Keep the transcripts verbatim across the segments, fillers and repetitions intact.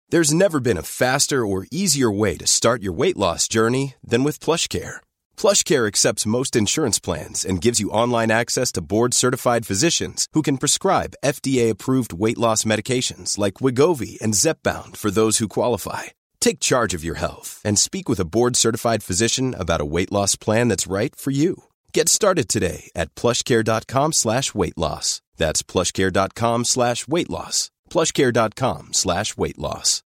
There's never been a faster or easier way to start your weight loss journey than with PlushCare. PlushCare accepts most insurance plans and gives you online access to board-certified physicians who can prescribe F D A-approved weight loss medications like Wegovy and Zepbound for those who qualify. Take charge of your health and speak with a board-certified physician about a weight loss plan that's right for you. Get started today at plushcare.com slash weight loss. That's plushcare.com slash weight loss. plushcare.com slash weight loss.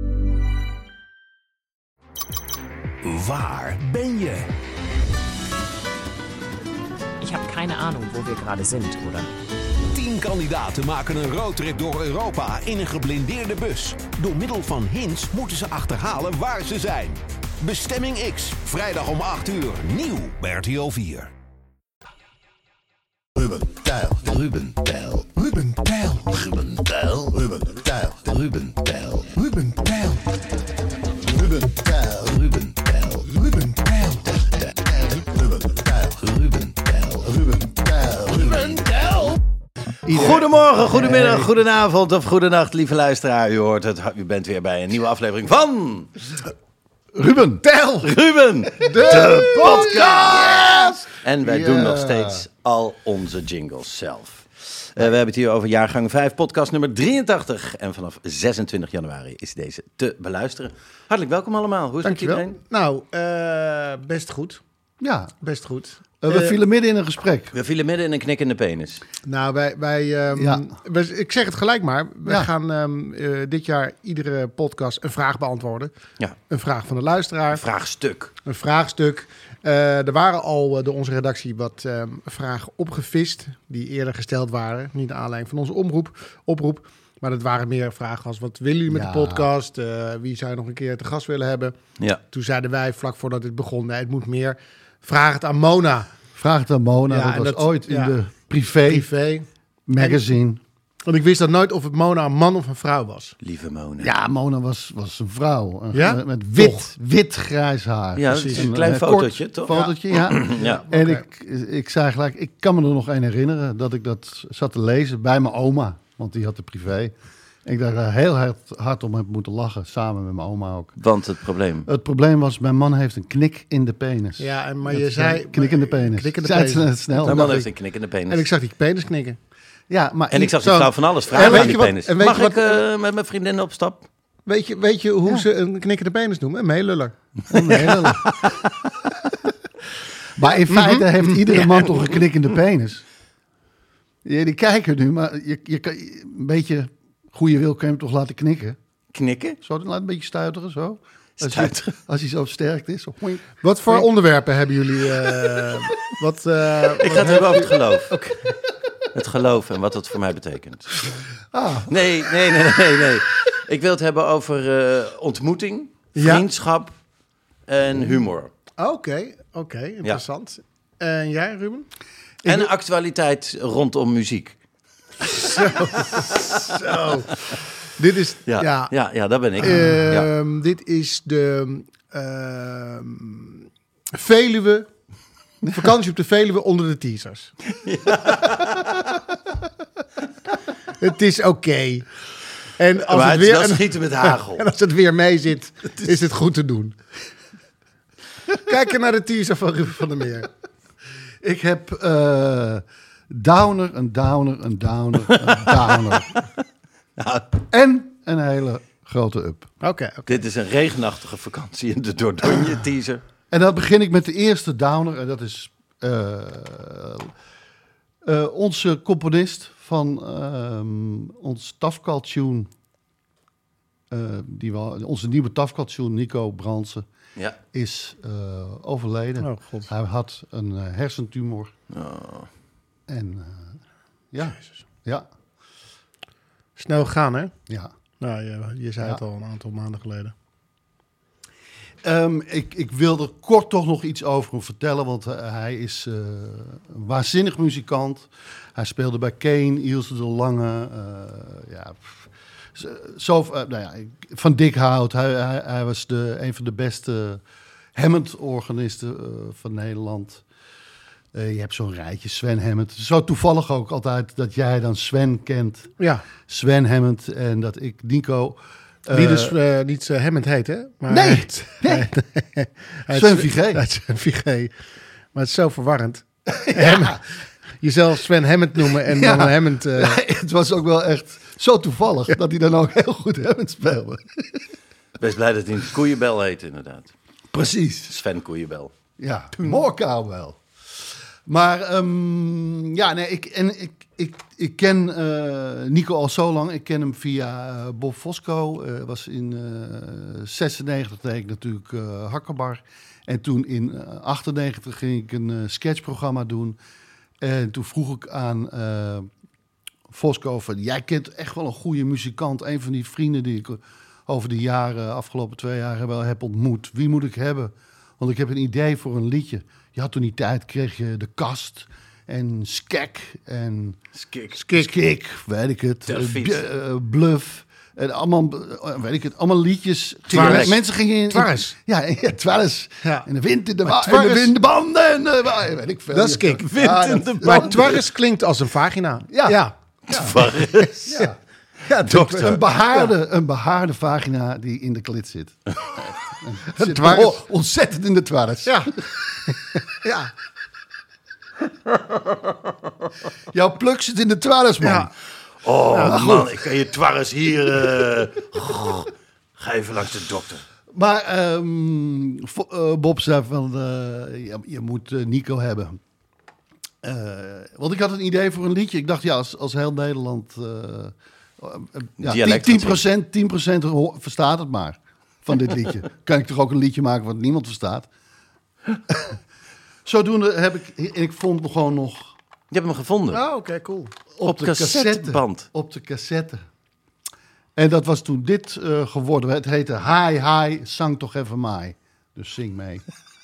Waar ben je? Ich habe keine Ahnung, wo wir gerade sind, oder? Tien kandidaten maken een roadtrip door Europa in een geblindeerde bus. Door middel van hints moeten ze achterhalen waar ze zijn. Bestemming X, vrijdag om acht uur, nieuw bij R T L vier. Ruben Tijl. Ruben Tijl. Ruben Tijl. Ruben Tijl. Ruben Tijl. Ruben Tijl. Ruben Tijl. Ruben Tijl. Ruben Tijl. Ruben Tijl. Ruben Tijl. Ruben Tijl. Ruben Tijl. Ruben Tijl. Goedemorgen, goedemiddag, goedenavond of goedenacht, lieve luisteraar. U hoort het, u bent weer bij een nieuwe aflevering van... Ruben Tijl. Ruben, de, de podcast. En wij Ja. doen nog steeds al onze jingles zelf. Uh, we hebben het hier over jaargang vijf, podcast nummer drieëntachtig. En vanaf zesentwintig januari is deze te beluisteren. Hartelijk welkom allemaal. Hoe is het met Dankjewel. iedereen? Nou, uh, best goed. Ja, Best goed. uh, we Uh, vielen midden in een gesprek. We vielen midden in een knikkende penis. Nou, wij... wij um, Ja. wij- ik zeg het gelijk maar. We Ja. gaan um, uh, dit jaar iedere podcast een vraag beantwoorden. Ja, Een vraag van de luisteraar. vraagstuk. Een vraagstuk. Uh, er waren al uh, door onze redactie wat um, vragen opgevist. Die eerder gesteld waren. Niet naar aanleiding van onze omroep, oproep. Maar dat waren meer vragen als: wat willen jullie met Ja. de podcast? Uh, wie zou je nog een keer te gast willen hebben? Ja. Toen zeiden wij vlak voordat dit begon: nee, het moet meer. Vraag het aan Mona. Vraag het aan Mona, Ja, dat en was dat- ooit ja. in de privé, Privé. magazine. Want ik wist dat nooit of het Mona een man of een vrouw was. Lieve Mona. Ja, Mona was, was een vrouw. Een- Ja? Met, met wit, Toch? wit-grijs haar. Ja, dat precies. is een klein eh, fotootje, kort toch? Fotootje, ja. Ja. En Oké. ik, ik zei gelijk, ik kan me er nog één herinneren dat ik dat zat te lezen bij mijn oma. Want die had de privé. Ik daar heel hard, hard om heb moeten lachen, samen met mijn oma ook. Want het probleem... Het probleem was, mijn man heeft een knik in de penis. Ja, en, maar je zei... Knik in de penis. Knikkende Zei het penis. net snel. Mijn dacht man heeft ik. een knikkende penis. En ik zag die penis knikken. Ja, maar En ik zag die Zo. vrouw van alles En vragen weet aan die je wat- penis. en weet Mag je ik wat- eh, met mijn vriendin op stap? Weet je, weet je hoe Ja. ze een knikkende penis noemen? Een meeluller. Oh, nee, dat- Maar in feite heeft iedere man toch een knikkende penis. Ja, die kijken nu, maar je, je kan, een beetje goede wil kan je hem toch laten knikken. Knikken? Zo, dan laat een beetje stuiteren, zo. Als, Stuiteren. Je, als hij zo sterk is. Zo, hoink. Wat voor onderwerpen hebben jullie? eh, wat, eh, Ik ga het hebben over het geloof. Het geloof en wat dat voor mij betekent. Ah, Nee, nee, nee, nee, nee. Ik wil het hebben over eh, ontmoeting, Ja. vriendschap en humor. Oké, oké, interessant. En jij, Ruben? En actualiteit rondom muziek. Zo. Dit is, Ja, ja, ja. ja, dat ben ik. ehm, ja. dit is de ehm, Veluwe. Vakantie op de Veluwe onder de teasers. Het is oké. En als Maar het het is weer wel en- schieten met hagel. En als het weer mee zit, is het goed te doen. Kijk naar de teaser van Ruben van der Meer. ik heb eh, downer, een downer, een downer, een downer. Ja, En een hele grote up. Oké, oké. dit is een regenachtige vakantie in de Dordogne teaser. En dan begin ik met de eerste downer. En dat is eh, eh, onze componist van ehm, ons Tafkal-tune. eh, die we, onze nieuwe Tafkal-tune, Nico Brandsen, Ja. is eh, overleden. Oh, god. Hij had een eh, hersentumor. Oh. En eh, ja, ja, Snel gaan, hè? ja. Nou, je, je zei Ja. het al een aantal maanden geleden. Ehm, ik, ik wil er kort toch nog iets over hem vertellen, want eh, hij is eh, een waanzinnig muzikant. Hij speelde bij Kane, Ilse de Lange, eh, ja, pff, zo, zo, eh, nou ja, ik- van Dick Hout. Hij, hij, hij was de, een van de beste Hammond-organisten eh, van Nederland. Eh, je hebt zo'n rijtje, Sven Hammond. Zo toevallig ook altijd dat jij dan Sven kent. Ja, Sven Hammond en dat ik Nico. Die dus uh, niet uh, Hammond heet, hè? Maar nee, heet, nee. Hij Sven Vigé. Hij is Sven Vigé. Maar het is zo verwarrend. Ja. Jezelf Sven Hammond noemen en ja. dan Hammond... Uh... Ja, het was ook wel echt zo toevallig ja. dat hij dan ook heel goed Hammond speelde. Best blij dat hij een Koeienbel heet, inderdaad. Precies. Sven Koeienbel. Ja, more wel. Maar um, ja, nee, ik, en ik, ik, ik ken uh, Nico al zo lang. Ik ken hem via uh, Bob Fosco. Uh, was in uh, zesennegentig deed ik natuurlijk uh, Hakkerbar. En toen in uh, achtennegentig ging ik een uh, sketchprogramma doen. En toen vroeg ik aan uh, Fosco van... Jij kent echt wel een goede muzikant. Een van die vrienden die ik over de jaren, afgelopen twee jaar wel heb ontmoet. Wie moet ik hebben? Want ik heb een idee voor een liedje. Je had toen die tijd, kreeg je De Kast en Skek en... Skik. Skik, Skik weet ik het. Uh, Bluff. En allemaal, uh, weet ik het, allemaal liedjes. Gingen, mensen gingen in... Twarres. Ja, ja Twarres. Ja. En de wind in de, wa- en de windbanden. En de, weet ik veel. Dat is Skik. Wind ja, in de dat, Maar Twarres klinkt als een vagina. Ja. Ja. Twarres. Ja. Ja, dokter. Een behaarde, ja. een behaarde vagina die in de klit zit. Zit Twarres. oh, ontzettend in de Twarres. Ja. Ja. Jouw pluk zit in de Twarres, man. Ja. Oh Ja, man, ik kan je Twarres hier... Uh... Ga even langs de dokter. Maar um, uh, Bob zei van, uh, je, je moet uh, Nico hebben. Uh, want ik had een idee voor een liedje. Ik dacht, ja, als, als heel Nederland... Uh, uh, ja, tien procent, tien procent verstaat het maar van dit liedje. Kan ik toch ook een liedje maken wat niemand verstaat? Zodoende heb ik... En ik vond hem gewoon nog... Je hebt hem gevonden? Oh, oké, okay, cool. Op, op de cassetteband. Op de cassette. En dat was toen dit uh, geworden. Het heette Hi, Hi, zang toch even mij. Dus zing mee.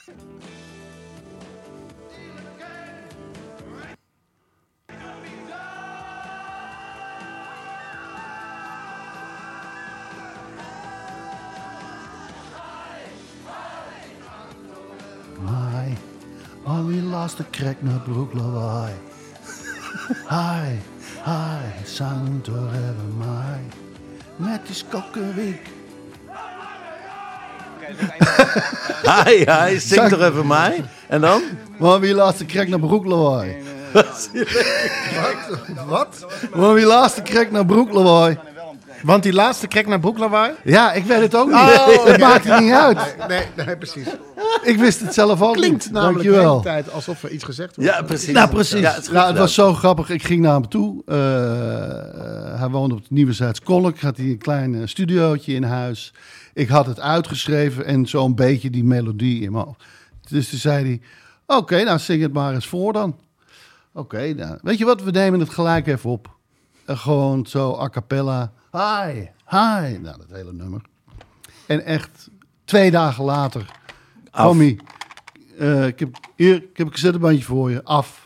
Hi, oh, we lost the crack naar broek lawaai. Hi, hi, zang toch even mij. Met die skokkenwiek. Hi, hi, zing Zang... toch even mij. En dan? Maar wie laatste krek naar broek lawaai. Wat? Wat? Maar wie laatste krek naar broek lawaai. Want die laatste krek naar broek lawaai? Ja, ik weet het ook niet. Oh, het okay. maakt het niet uit. Nee, nee, nee, precies. Ik wist het zelf ook Klinkt niet. namelijk de hele tijd alsof er iets gezegd wordt. Ja, precies. Nou, precies. Ja, het, nou, het was zo grappig. Ik ging naar hem toe. Uh, uh, hij woonde op het Nieuwezijds Kolk. Had hij een klein uh, studiootje in huis. Ik had het uitgeschreven en zo'n beetje die melodie in mijn hoofd. Dus toen zei hij, oké, okay, nou zing het maar eens voor dan. Oké, okay, nou, weet je wat, we nemen het gelijk even op. Uh, gewoon zo a cappella. Hi, hi. Nou, dat hele nummer. En echt twee dagen later... Tommy, uh, ik, heb hier, ik heb een cassettebandje voor je, af.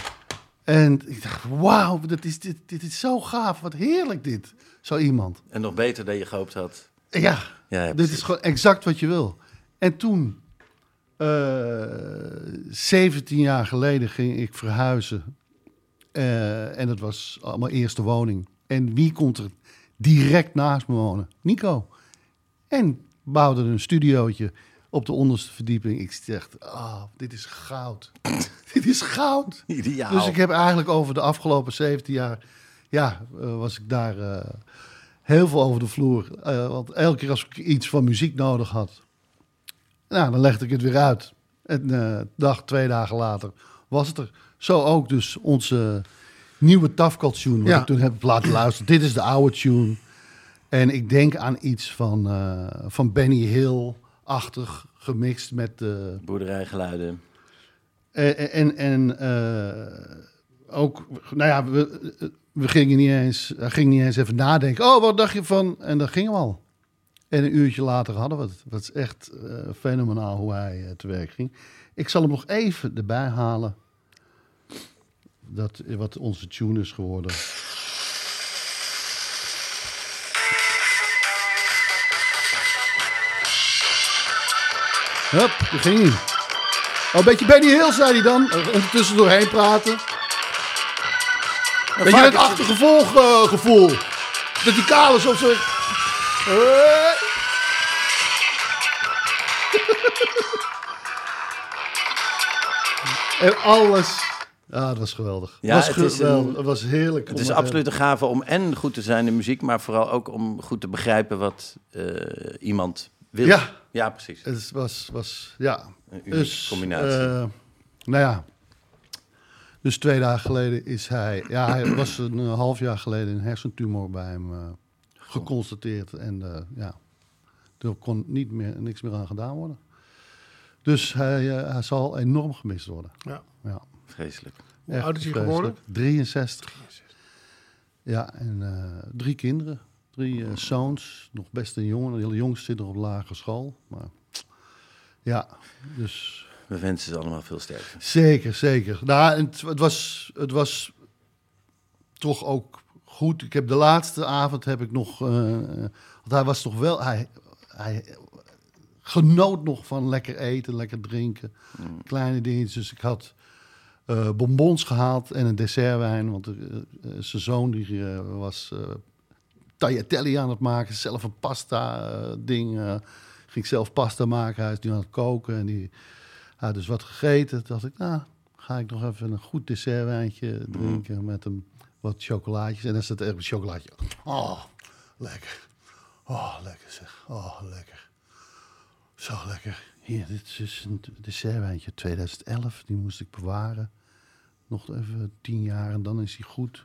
En ik dacht, wauw, dit is, dit, dit is zo gaaf. Wat heerlijk dit. Zo iemand. En nog beter dan je gehoopt had. Ja, ja, ja dit is gewoon exact wat je wil. En toen, uh, zeventien jaar geleden, ging ik verhuizen. Uh, en dat was allemaal eerste woning. En wie komt er direct naast me wonen? Nico. En bouwde een studiootje op de onderste verdieping. Ik dacht, oh, dit is goud. Dit is goud. Ideaal. Dus ik heb eigenlijk over de afgelopen zeventien jaar... Ja, uh, was ik daar uh, heel veel over de vloer. Uh, want elke keer als ik iets van muziek nodig had... Nou, dan legde ik het weer uit. En uh, dag, twee dagen later was het er. Zo ook dus onze nieuwe Tafkal-tune... wat ja. ik toen heb laten luisteren. Dit is de oude tune. En ik denk aan iets van, uh, van Benny Hill-achtig... gemixt met... Uh, boerderijgeluiden. En, en, en uh, ook, nou ja, we, we gingen niet eens, uh, gingen niet eens even nadenken. Oh, wat dacht je van? En dan gingen we al. En een uurtje later hadden we het. Dat is echt uh, fenomenaal hoe hij uh, te werk ging. Ik zal hem nog even erbij halen. Dat wat onze tune is geworden. Hup, daar ging hij. Oh, een beetje Benny Hill, zei hij dan. Ondertussen doorheen praten. Weet je, het achtergevolg uh, gevoel. Dat die Kalis op zijn... En alles. Ja, dat was geweldig. Ja, was het is geweldig. een- Het was heerlijk. Het om is het, absoluut een gave om en goed te zijn in muziek, maar vooral ook om goed te begrijpen wat uh, iemand wil. Ja. Ja, precies. Het was, was ja. Een unieke Dus, combinatie. Uh, nou ja. Dus twee dagen geleden is hij... Ja, hij was een uh, half jaar geleden een hersentumor bij hem uh, geconstateerd. En uh, ja, er kon niet meer, niks meer aan gedaan worden. Dus hij, uh, hij zal enorm gemist worden. Ja. Ja. Vreselijk. Hoe Echt oud is hij vreselijk. geworden? drieënzestig. Ja, en uh, drie kinderen. Drie uh, zoons. Nog best een jongen. De hele jongste zit nog op lagere school. Maar ja, dus... We wensen ze allemaal veel sterkte. Zeker, zeker. Nou, het, het, was, het was toch ook goed. Ik heb de laatste avond heb ik nog... Uh, want hij was toch wel... Hij, hij genoot nog van lekker eten, lekker drinken. Mm. Kleine dingetjes. Dus ik had uh, bonbons gehaald en een dessertwijn. Want uh, uh, zijn zoon die, uh, was uh, tagliatelle aan het maken. Zelf een pasta uh, ding. Uh, ging zelf pasta maken. Hij is nu aan het koken. En die had dus wat gegeten. Toen dacht ik, nou, ga ik nog even een goed dessertwijntje drinken. Mm. Met een, wat chocolaatjes. En dan zat er echt een chocolaatje. Oh, lekker. Oh, lekker zeg. Oh, lekker. Zo lekker. Hier, dit is dus een dessertwijntje tweeduizend elf. Die moest ik bewaren. Nog even tien jaar en dan is hij goed.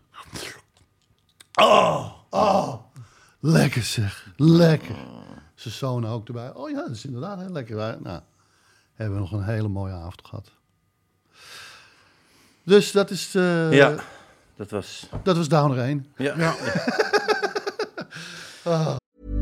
Oh, oh. Lekker zeg. Lekker. Zijn zoon ook erbij. Oh ja, dat is inderdaad heel lekker. Nou, hebben we nog een hele mooie avond gehad. Dus dat is... Uh, ja, dat was... Dat was Downer één. Ja. ja. oh.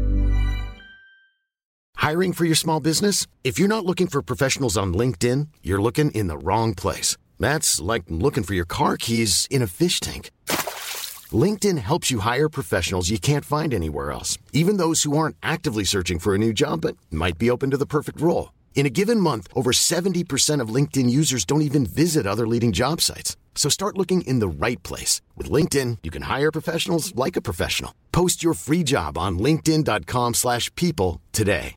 Hiring for your small business? If you're not looking for professionals on LinkedIn, you're looking in the wrong place. That's like looking for your car keys in a fish tank. LinkedIn helps you hire professionals you can't find anywhere else, even those who aren't actively searching for a new job but might be open to the perfect role. In a given month, over seventy percent of LinkedIn users don't even visit other leading job sites. So start looking in the right place. With LinkedIn, you can hire professionals like a professional. Post your free job on linkedin.com slash people today.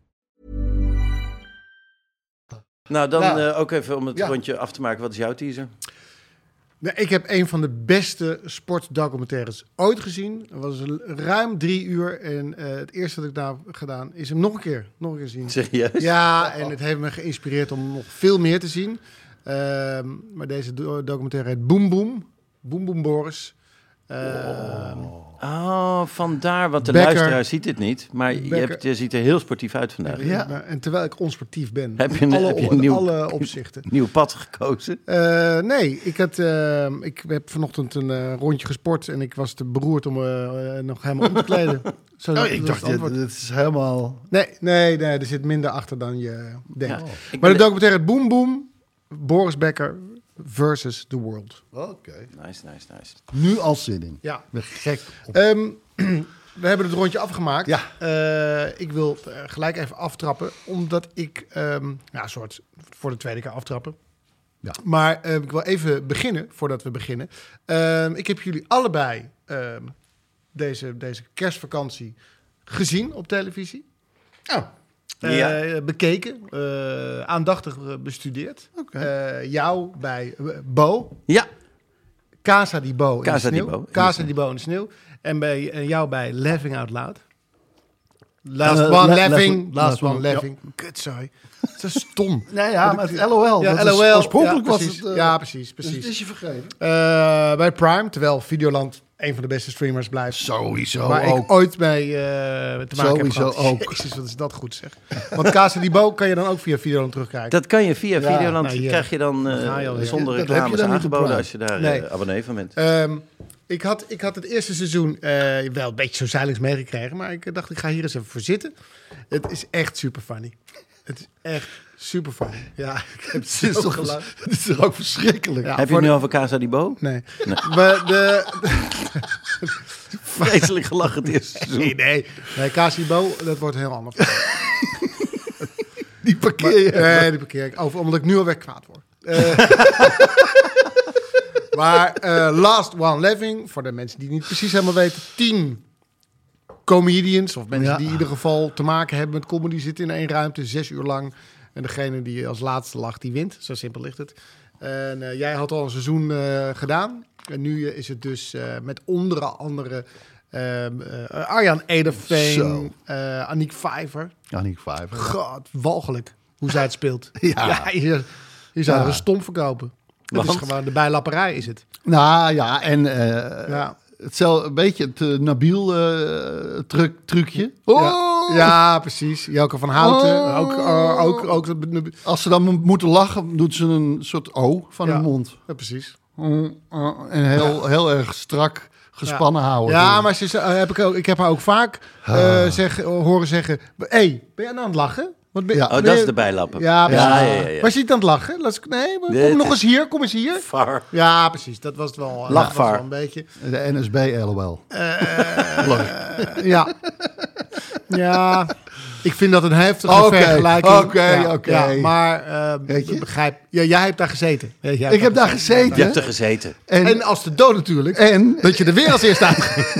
Nou, dan nou, uh, ook even om het ja. rondje af te maken. Wat is jouw teaser? Nee, ik heb een van de beste sportdocumentaires ooit gezien. Het was ruim drie uur. En uh, het eerste dat ik daar heb gedaan is hem nog een keer, nog een keer zien. Serieus? Ja, en het heeft me geïnspireerd om nog veel meer te zien. Uh, maar deze do- documentaire heet Boom Boom. Boom Boom Boris. Uh, oh. oh, vandaar. Want de Becker, luisteraar ziet het niet. Maar je, hebt, je ziet er heel sportief uit vandaag. Ja, ja. En terwijl ik onsportief ben. Heb je een, alle, heb je een in nieuw, alle opzichten. nieuw pad gekozen? Uh, nee, ik, had, uh, ik heb vanochtend een uh, rondje gesport. En ik was te beroerd om uh, uh, nog helemaal om te kleden. Zo, oh, ik dacht, dit, dit is helemaal... Nee, nee, nee, er zit minder achter dan je denkt. Ja, maar de documentaire Boom Boom, Boris Becker versus The World. Oké. Okay. Nice, nice, nice. Nu al zin in. Ja. Ik ben gek op. Um, we hebben het rondje afgemaakt. Ja. Uh, ik wil uh, gelijk even aftrappen, omdat ik... Um, ja, een soort voor de tweede keer aftrappen. Ja. Maar uh, ik wil even beginnen, voordat we beginnen. Uh, ik heb jullie allebei uh, deze, deze kerstvakantie gezien op televisie. Oh. Uh, ja. Bekeken, uh, aandachtig bestudeerd. Okay. Uh, jou bij uh, Bo. Ja. Casa di Bo in Casa de di sneeuw. Bo. Casa di Bo in de sneeuw. En bij uh, jou bij Laughing Out Loud. Last uh, one la- laughing. la- Last la- one ja. laughing. Kut, sorry. Dat is stom. Nee, ja, maar het L O L. Ja, dat L O L. Is, oorspronkelijk ja, was precies. het... Uh, ja, precies. precies. Dus het is je vergeten. Uh, bij Prime, terwijl Videoland een van de beste streamers blijft. Sowieso waar ook. ik ooit mee uh, te maken Sowieso heb gehad. ook. Jezus, wat is dat goed zeg. Want Casa di Bo kan je dan ook via Videoland terugkijken. Dat kan je via Ja, Videoland. nou, hier. krijg je dan uh, ga je alweer. zonder Dat reclames heb je dan niet aangeboden op als je daar Nee. uh, abonnee van bent. Um, ik, had, ik had het eerste seizoen uh, wel een beetje zo zeilings meegekregen. Maar ik dacht, ik ga hier eens even voor zitten. Het is echt super funny. Het is echt super funny. Ja, ik heb Het is, zo toch, gelachen. het is toch ook verschrikkelijk. Ja, Heb je voor het nu de- over Casa di Bo? Nee. Maar de... Vreselijk gelachen het eerste seizoen. Nee, nee. Nee, Casa di Bo, dat wordt heel anders. Die parkeer je. Nee, die parkeer ik over, omdat ik nu alweer kwaad word. Uh, maar uh, Last One Living, voor de mensen die niet precies helemaal weten, tien comedians of mensen Ja. die in ieder geval te maken hebben met comedy zitten in één ruimte, zes uur lang. En degene die als laatste lacht, die wint. Zo simpel ligt het. En uh, jij had al een seizoen uh, gedaan. En nu uh, is het dus uh, met onder andere uh, uh, Arjan Ederveen, uh, Aniek Vijver. Aniek Vijver. God, walgelijk hoe zij het speelt. Ja. ja je, je zou Ja. er een stom verkopen. Dat Want? is gewoon de bijlapperij, is het. Nou ja, en uh, Ja. hetzelfde, een beetje het uh, Nabil uh, truc, trucje. Oh! Ja, ja, precies. Joke van Houten. Oh. Ook, uh, ook, ook, Als ze dan mo- moeten lachen, doet ze een soort O van Ja. hun mond. ja, precies. Mm, uh, en heel, heel erg strak gespannen ja. houden. Ja, maar ze, uh, heb ik, ook, ik heb haar ook vaak uh, Ah. zeg, horen zeggen... Hé, hey, ben jij nou aan het lachen? Wat ben, Ja. Oh, ben dat je- is de bijlappen. Ja, precies. ja, ja, ja, ja. Was je niet aan het lachen? Laat ik- nee, maar Dit kom nog is- eens hier, kom eens hier. Var. Ja, precies. Dat was het wel. uh, Lachvaar. dat was wel een beetje. De N S B L O L. Uh, ja. Ja. Ik vind dat een heftige Oké, vergelijking. oké, Ja, oké. Ja, maar uh, Weet je? ik begrijp. Ja, jij hebt daar gezeten. Ja, jij hebt Ik heb daar gezeten. Je hebt er gezeten. En, En als de dood natuurlijk. en, Dat je er weer als eerste uit.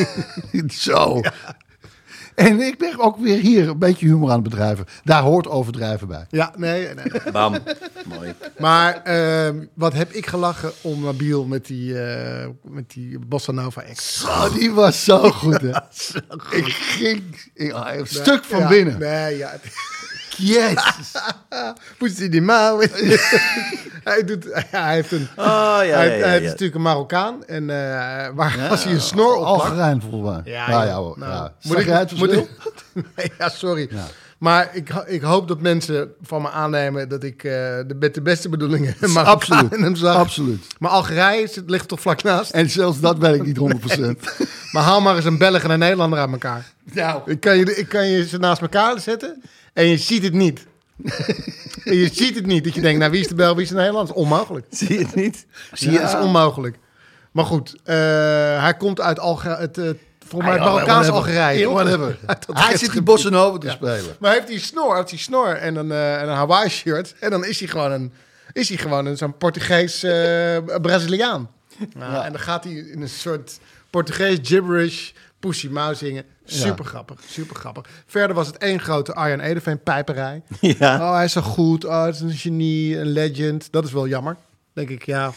zo. En ik ben ook weer hier een beetje humor aan het bedrijven. Daar hoort overdrijven bij. Ja, nee, nee. Bam. Mooi. Maar uh, wat heb ik gelachen om Nabil met die, uh, met die Bossa Nova ex. Oh, die was zo goed, hè? Ik ging ik, een stuk van Ja, binnen. Nee, ja. Jezus. Poetst hij die mouw. hij, doet, ja, hij heeft een... Oh, ja, ja, hij, ja, hij is ja. natuurlijk een Marokkaan. En uh, waar als hij een snor oplakt... Algerijn volgens mij. Ja, nou, ja. ja, hoor. Nou, ja. moet Zag ik- jij het moet verschil? ik- nee, ja, sorry. Ja. Maar ik, ho- ik hoop dat mensen van me aannemen dat ik uh, de, met de beste bedoelingen maar Absoluut. in hem zag. Absoluut. Maar Algerije is- het ligt toch vlak naast. En zelfs dat weet ik niet honderd procent. Maar haal maar eens een Belg en een Nederlander aan elkaar. Nou. Ik kan, je, ik kan je ze naast elkaar zetten en je ziet het niet. en je ziet het niet. Dat je denkt, nou wie is de Belg, wie is de Nederlander? Dat is onmogelijk. Zie je het niet? Zie je, dat is onmogelijk. Maar goed, uh, hij komt uit Algerije, het, uh, volgens mij het Marokkaans Algerije. Ja, toch? whatever. Uit dat Hij zit die restgebied. bossa nova te spelen. Maar heeft hij snor, heeft hij snor en een, uh, en een Hawaii shirt. En dan is hij gewoon een, is hij gewoon een zo'n Portugees uh, Braziliaan. Nou, Ja. En dan gaat hij in een soort Portugees gibberish Pussy Mau zingen. Super grappig, super grappig. Verder was het één grote Arjan Ederveen pijperij. Ja. Oh, hij is zo goed. Oh, het is een genie, een legend. Dat is wel jammer. Denk ik, ja.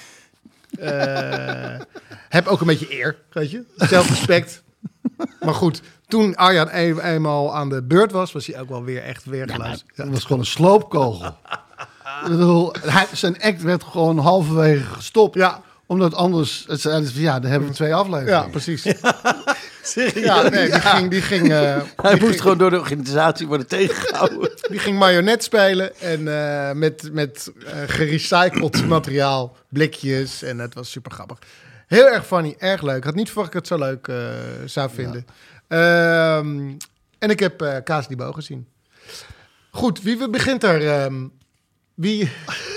Uh, heb ook een beetje eer, weet je. Zelfrespect. Maar goed, toen Arjan een, eenmaal aan de beurt was, was hij ook wel weer echt weer geluisterd. Dat was gewoon een sloopkogel. Ik bedoel, hij, zijn act werd gewoon halverwege gestopt. Ja. Omdat anders, het zeiden ze, ja, dan hebben we twee afleveringen. Ja, precies. Serieus? Ja, nee, die ging, die ging, uh, Hij die moest ging, gewoon door de organisatie worden tegengehouden. die ging marionet spelen en uh, met, met uh, gerecycled materiaal, blikjes en het was super grappig. Heel erg funny, erg leuk. Had niet verwacht dat ik het zo leuk uh, zou vinden. Ja. Um, en ik heb uh, Kaas die Bo gezien. Goed, wie wie begint er? Um, wie...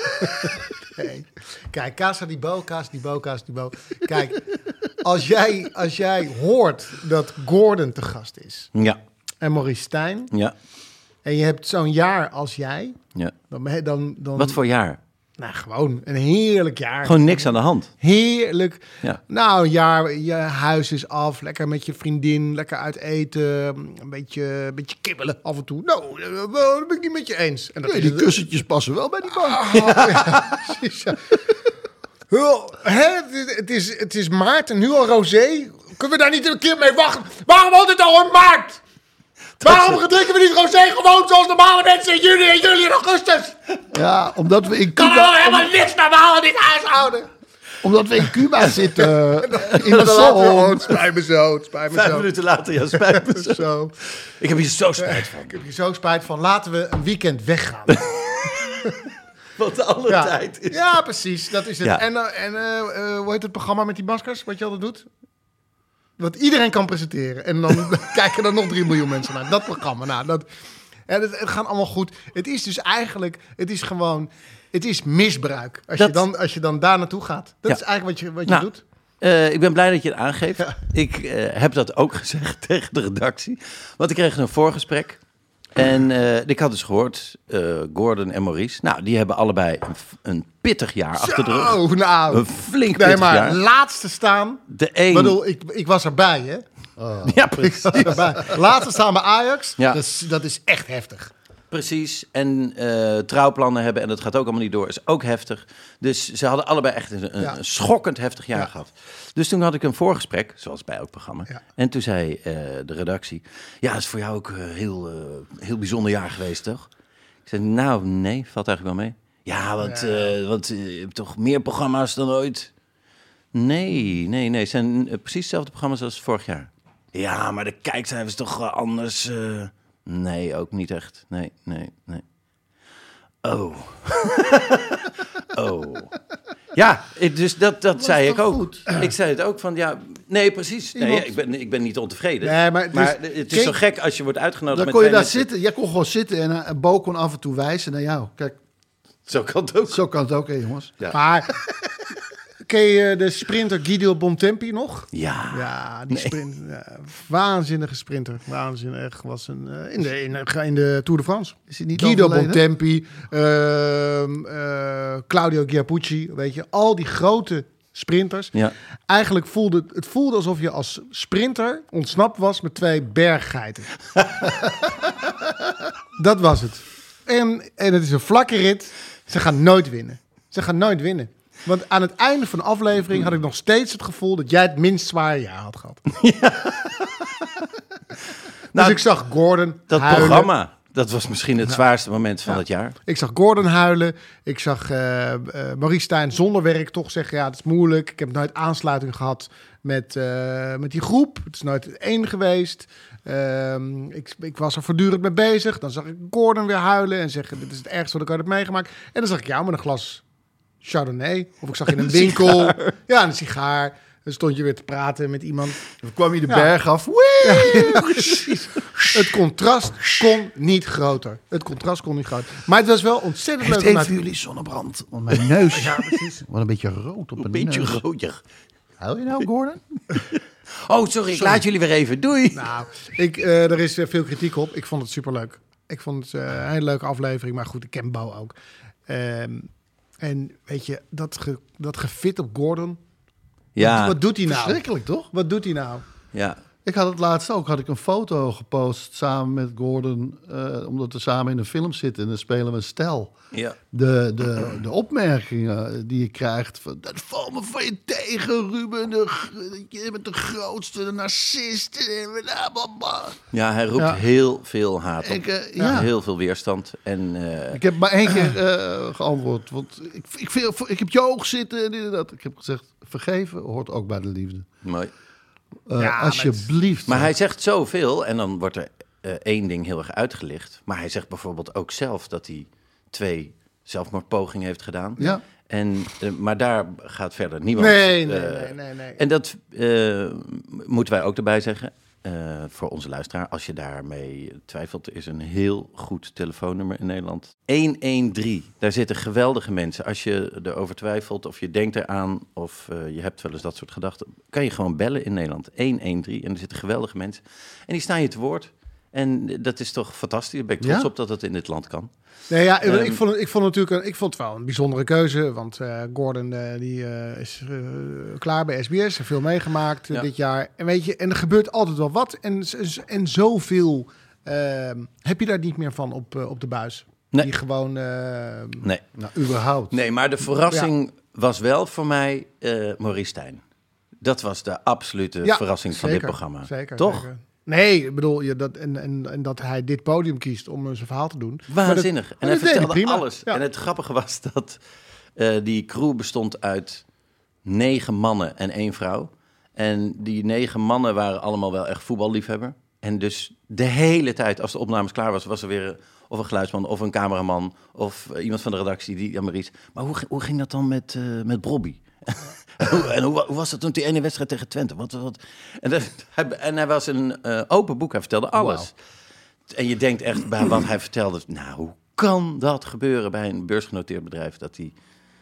nee. Kijk, Casa di Bo, Casa di Bo, Casa di Bo. Kijk, als jij, als jij hoort dat Gordon te gast is Ja, en Maurice Stijn ja, en je hebt zo'n jaar als jij, ja. dan, dan, dan Wat voor jaar? nou gewoon een heerlijk jaar. Gewoon niks aan de hand. Heerlijk. Ja. Nou, een jaar, je huis is af, lekker met je vriendin, lekker uit eten, een beetje, een beetje kibbelen af en toe. Nou, dat ben ik niet met je eens. En dat Nee, is die het- kussentjes passen wel bij die bank. Oh, ja, precies, ja. Wel, hè, het, is, het, is, het is maart en nu al rosé. Kunnen we daar niet een keer mee wachten? Waarom altijd al in maart? Waarom drinken we niet rosé gewoon zoals normale mensen in juni en juli en augustus? Ja, omdat we in Kan er Cuba, wel helemaal niks normaal in dit huishouden? omdat we in Cuba zitten. In En de dan later, oh, zon. het spijt me zo, het spijt me Vijf zo. minuten later, ja, spijt me zo. Zo. Ik heb hier zo spijt van. Ik heb hier zo spijt van. Laten we een weekend weggaan. Want alle Ja, tijd is... ja precies. Dat is het. Ja. En, uh, en uh, uh, hoe heet het programma met die maskers? Wat je altijd doet? Wat iedereen kan presenteren. En dan kijken er nog drie miljoen mensen naar. Dat programma. Nou, dat, en het, het gaat allemaal goed. Het is dus eigenlijk... Het is gewoon... Het is misbruik. Als, Dat- je, dan, als je dan daar naartoe gaat. Dat Ja. is eigenlijk wat je, wat je Nou, doet. Uh, ik ben blij dat je het aangeeft. Ja. Ik uh, heb dat ook gezegd tegen de redactie. Want ik kreeg een voorgesprek. En uh, ik had dus gehoord, uh, Gordon en Maurice... Nou, die hebben allebei een, een pittig jaar achter de rug. Oh, nou. Een flink Nee, pittig maar jaar. laatste staan. De Ik een... bedoel, ik, ik was erbij, hè? Oh. Ja, precies. Laatste staan bij Ajax. Ja. Dat, is, dat is echt heftig. Precies. En uh, trouwplannen hebben, en dat gaat ook allemaal niet door, is ook heftig. Dus ze hadden allebei echt een, een, Ja. een schokkend heftig jaar Ja. gehad. Dus toen had ik een voorgesprek, zoals bij elk programma. Ja. En toen zei uh, de redactie, ja, dat is voor jou ook een heel, uh, heel bijzonder jaar geweest, toch? Ik zei, nou, nee, valt eigenlijk wel mee. Ja, want, Ja. uh, want uh, je hebt toch meer programma's dan ooit? Nee, nee, nee. Het zijn uh, precies dezelfde programma's als vorig jaar. Ja, maar de kijkcijfers toch uh, anders... Uh... Nee, ook niet echt. Nee, nee, nee. Oh. oh. Ja, ik, dus dat, dat zei ik ook. goed? Ik zei het ook van, ja... Nee, precies. Nee, Iemand- ik, ben, ik ben niet ontevreden. Nee, maar dus- maar het is Kijk, zo gek als je wordt uitgenodigd Dan met kon je twee daar mensen. zitten. Jij kon gewoon zitten en, uh, en Bo kon af en toe wijzen naar jou. Kijk, Zo kan het ook. zo kan het ook, hè, jongens. Ja. Maar ken je de sprinter Guido Bontempi nog? Ja. Ja, die Nee. sprint, ja, waanzinnige sprinter. Waanzinnig. Echt was een, uh, in, de, in, de, in de Tour de France. Is hij niet Guido overleden? Bontempi, ehm, uh, Claudio Chiappucci, weet je, al die grote sprinters. Ja. Eigenlijk voelde het voelde alsof je als sprinter ontsnapt was met twee berggeiten. Dat was het. En, en het is een vlakke rit. Ze gaan nooit winnen. Ze gaan nooit winnen. Want aan het einde van de aflevering had ik nog steeds het gevoel dat jij het minst zware jaar had gehad. Dus Nou, ik zag Gordon Dat huilen. programma, dat was misschien het zwaarste moment van Ja. het jaar. Ik zag Gordon huilen. Ik zag uh, uh, Maurice Stijn zonder werk toch zeggen... ja, het is moeilijk. Ik heb nooit aansluiting gehad met, uh, met die groep. Het is nooit één geweest. Um, ik, ik was er voortdurend mee bezig. Dan zag ik Gordon weer huilen en zeggen... dit is het ergste wat ik ooit heb meegemaakt. En dan zag ik jou met een glas Chardonnay. Of ik zag je in een winkel. Ja, een sigaar. Dan stond je weer te praten met iemand. Dan kwam je de Ja. berg af. Ja, ja, precies. Het contrast kon niet groter. Het contrast kon niet groter. Maar het was wel ontzettend Heeft leuk om een naar van te... jullie zonnebrand? Want mijn neus. Ja, precies. Wat een beetje rood op Een mijn beetje neus. roodjer. Hou je nou, Gordon? Oh, sorry, ik laat jullie weer even. Doei. Nou, ik, uh, er is uh, veel kritiek op. Ik vond het superleuk. Ik vond het uh, een hele leuke aflevering. Maar goed, ik ken Bo ook. Um, en weet je, dat, ge, dat gefit op Gordon. Ja, Wat, wat doet hij nou? Verschrikkelijk, toch? Wat doet hij nou? ja. Ik had het laatst ook, had ik een foto gepost samen met Gordon, uh, omdat we samen in een film zitten en dan spelen we een stel. ja. De, de, de opmerkingen die je krijgt, van, dat valt me van je tegen, Ruben, de, je bent de grootste, de narcist. En blablabla. Ja, hij roept Ja. heel veel haat op. Ik, uh, Ja. ja. Heel veel weerstand. En, uh, Ik heb maar één keer uh, geantwoord, want ik, ik, vind, ik heb je oog zitten en dit en dat. Ik heb gezegd, vergeven hoort ook bij de liefde. mooi. Uh, Ja, alsjeblieft. Maar hij zegt zoveel en dan wordt er uh, één ding heel erg uitgelicht. Maar hij zegt bijvoorbeeld ook zelf dat hij twee zelfmoordpogingen heeft gedaan. Ja. En, uh, maar daar gaat verder niemand. Nee, nee, uh, nee, nee, nee. En dat uh, moeten wij ook erbij zeggen. Uh, voor onze luisteraar, als je daarmee twijfelt, er is een heel goed telefoonnummer in Nederland. honderddertien, daar zitten geweldige mensen. Als je erover twijfelt of je denkt eraan of uh, je hebt wel eens dat soort gedachten, kan je gewoon bellen in Nederland. honderddertien, en er zitten geweldige mensen. En die staan je te woord. En dat is toch fantastisch. Daar ben ik trots Ja? op dat het in dit land kan. Nee, ja, Um, ik, vond het, ik vond het natuurlijk een, ik vond het wel een bijzondere keuze. Want uh, Gordon uh, die, uh, is uh, klaar bij S B S. Heeft veel meegemaakt uh, Ja. dit jaar. En weet je, en er gebeurt altijd wel wat. En, en zoveel uh, heb je daar niet meer van op, uh, op de buis. Nee. Die gewoon... Uh, Nee. Nou, überhaupt. Nee, maar de verrassing was wel voor mij uh, Maurice Stijn. Dat was de absolute ja, verrassing van zeker, dit programma. Zeker, Toch? zeker. Nee, ik bedoel, je, dat, en, en, en dat hij dit podium kiest om uh, zijn verhaal te doen. Waanzinnig. Maar dat, en hij dat deed vertelde prima. alles. Ja. En het grappige was dat uh, die crew bestond uit negen mannen en één vrouw. En die negen mannen waren allemaal wel echt voetballiefhebber. En dus de hele tijd, als de opnames klaar was, was er weer of een geluidsman of een cameraman of uh, iemand van de redactie die aan Maurice. Maar hoe, hoe ging dat dan met, uh, met Brobby? en hoe, en hoe, hoe was dat toen die ene wedstrijd tegen Twente? Wat, wat? En, dat, hij, en hij was een uh, open boek, hij vertelde alles. Wow. En je denkt echt bij wat hij vertelde, nou, hoe kan dat gebeuren bij een beursgenoteerd bedrijf? Dat hij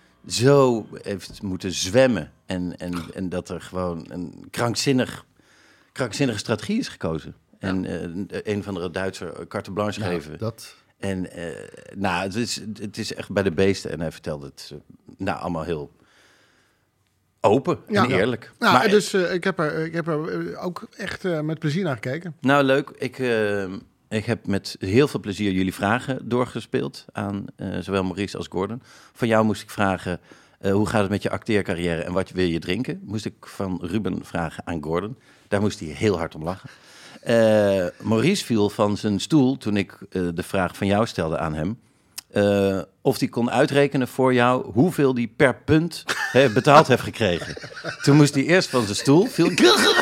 zo heeft moeten zwemmen en, en, en dat er gewoon een krankzinnig, krankzinnige strategie is gekozen. Ja. En uh, een van de Duitser carte blanche Nou, geven. dat... En uh, nou, het is, het is echt bij de beesten. En hij vertelde het uh, nou allemaal heel open Ja. en eerlijk. Nou, maar, dus uh, ik heb er, ik heb er uh, ook echt uh, met plezier naar gekeken. Nou, leuk. Ik, uh, ik heb met heel veel plezier jullie vragen doorgespeeld aan uh, zowel Maurice als Gordon. Van jou moest ik vragen, uh, hoe gaat het met je acteercarrière en wat wil je drinken? Moest ik van Ruben vragen aan Gordon. Daar moest hij heel hard om lachen. Uh, Maurice viel van zijn stoel toen ik uh, de vraag van jou stelde aan hem. Uh, of hij kon uitrekenen voor jou hoeveel hij per punt he, betaald heeft gekregen. Toen moest hij eerst van zijn stoel. Viel...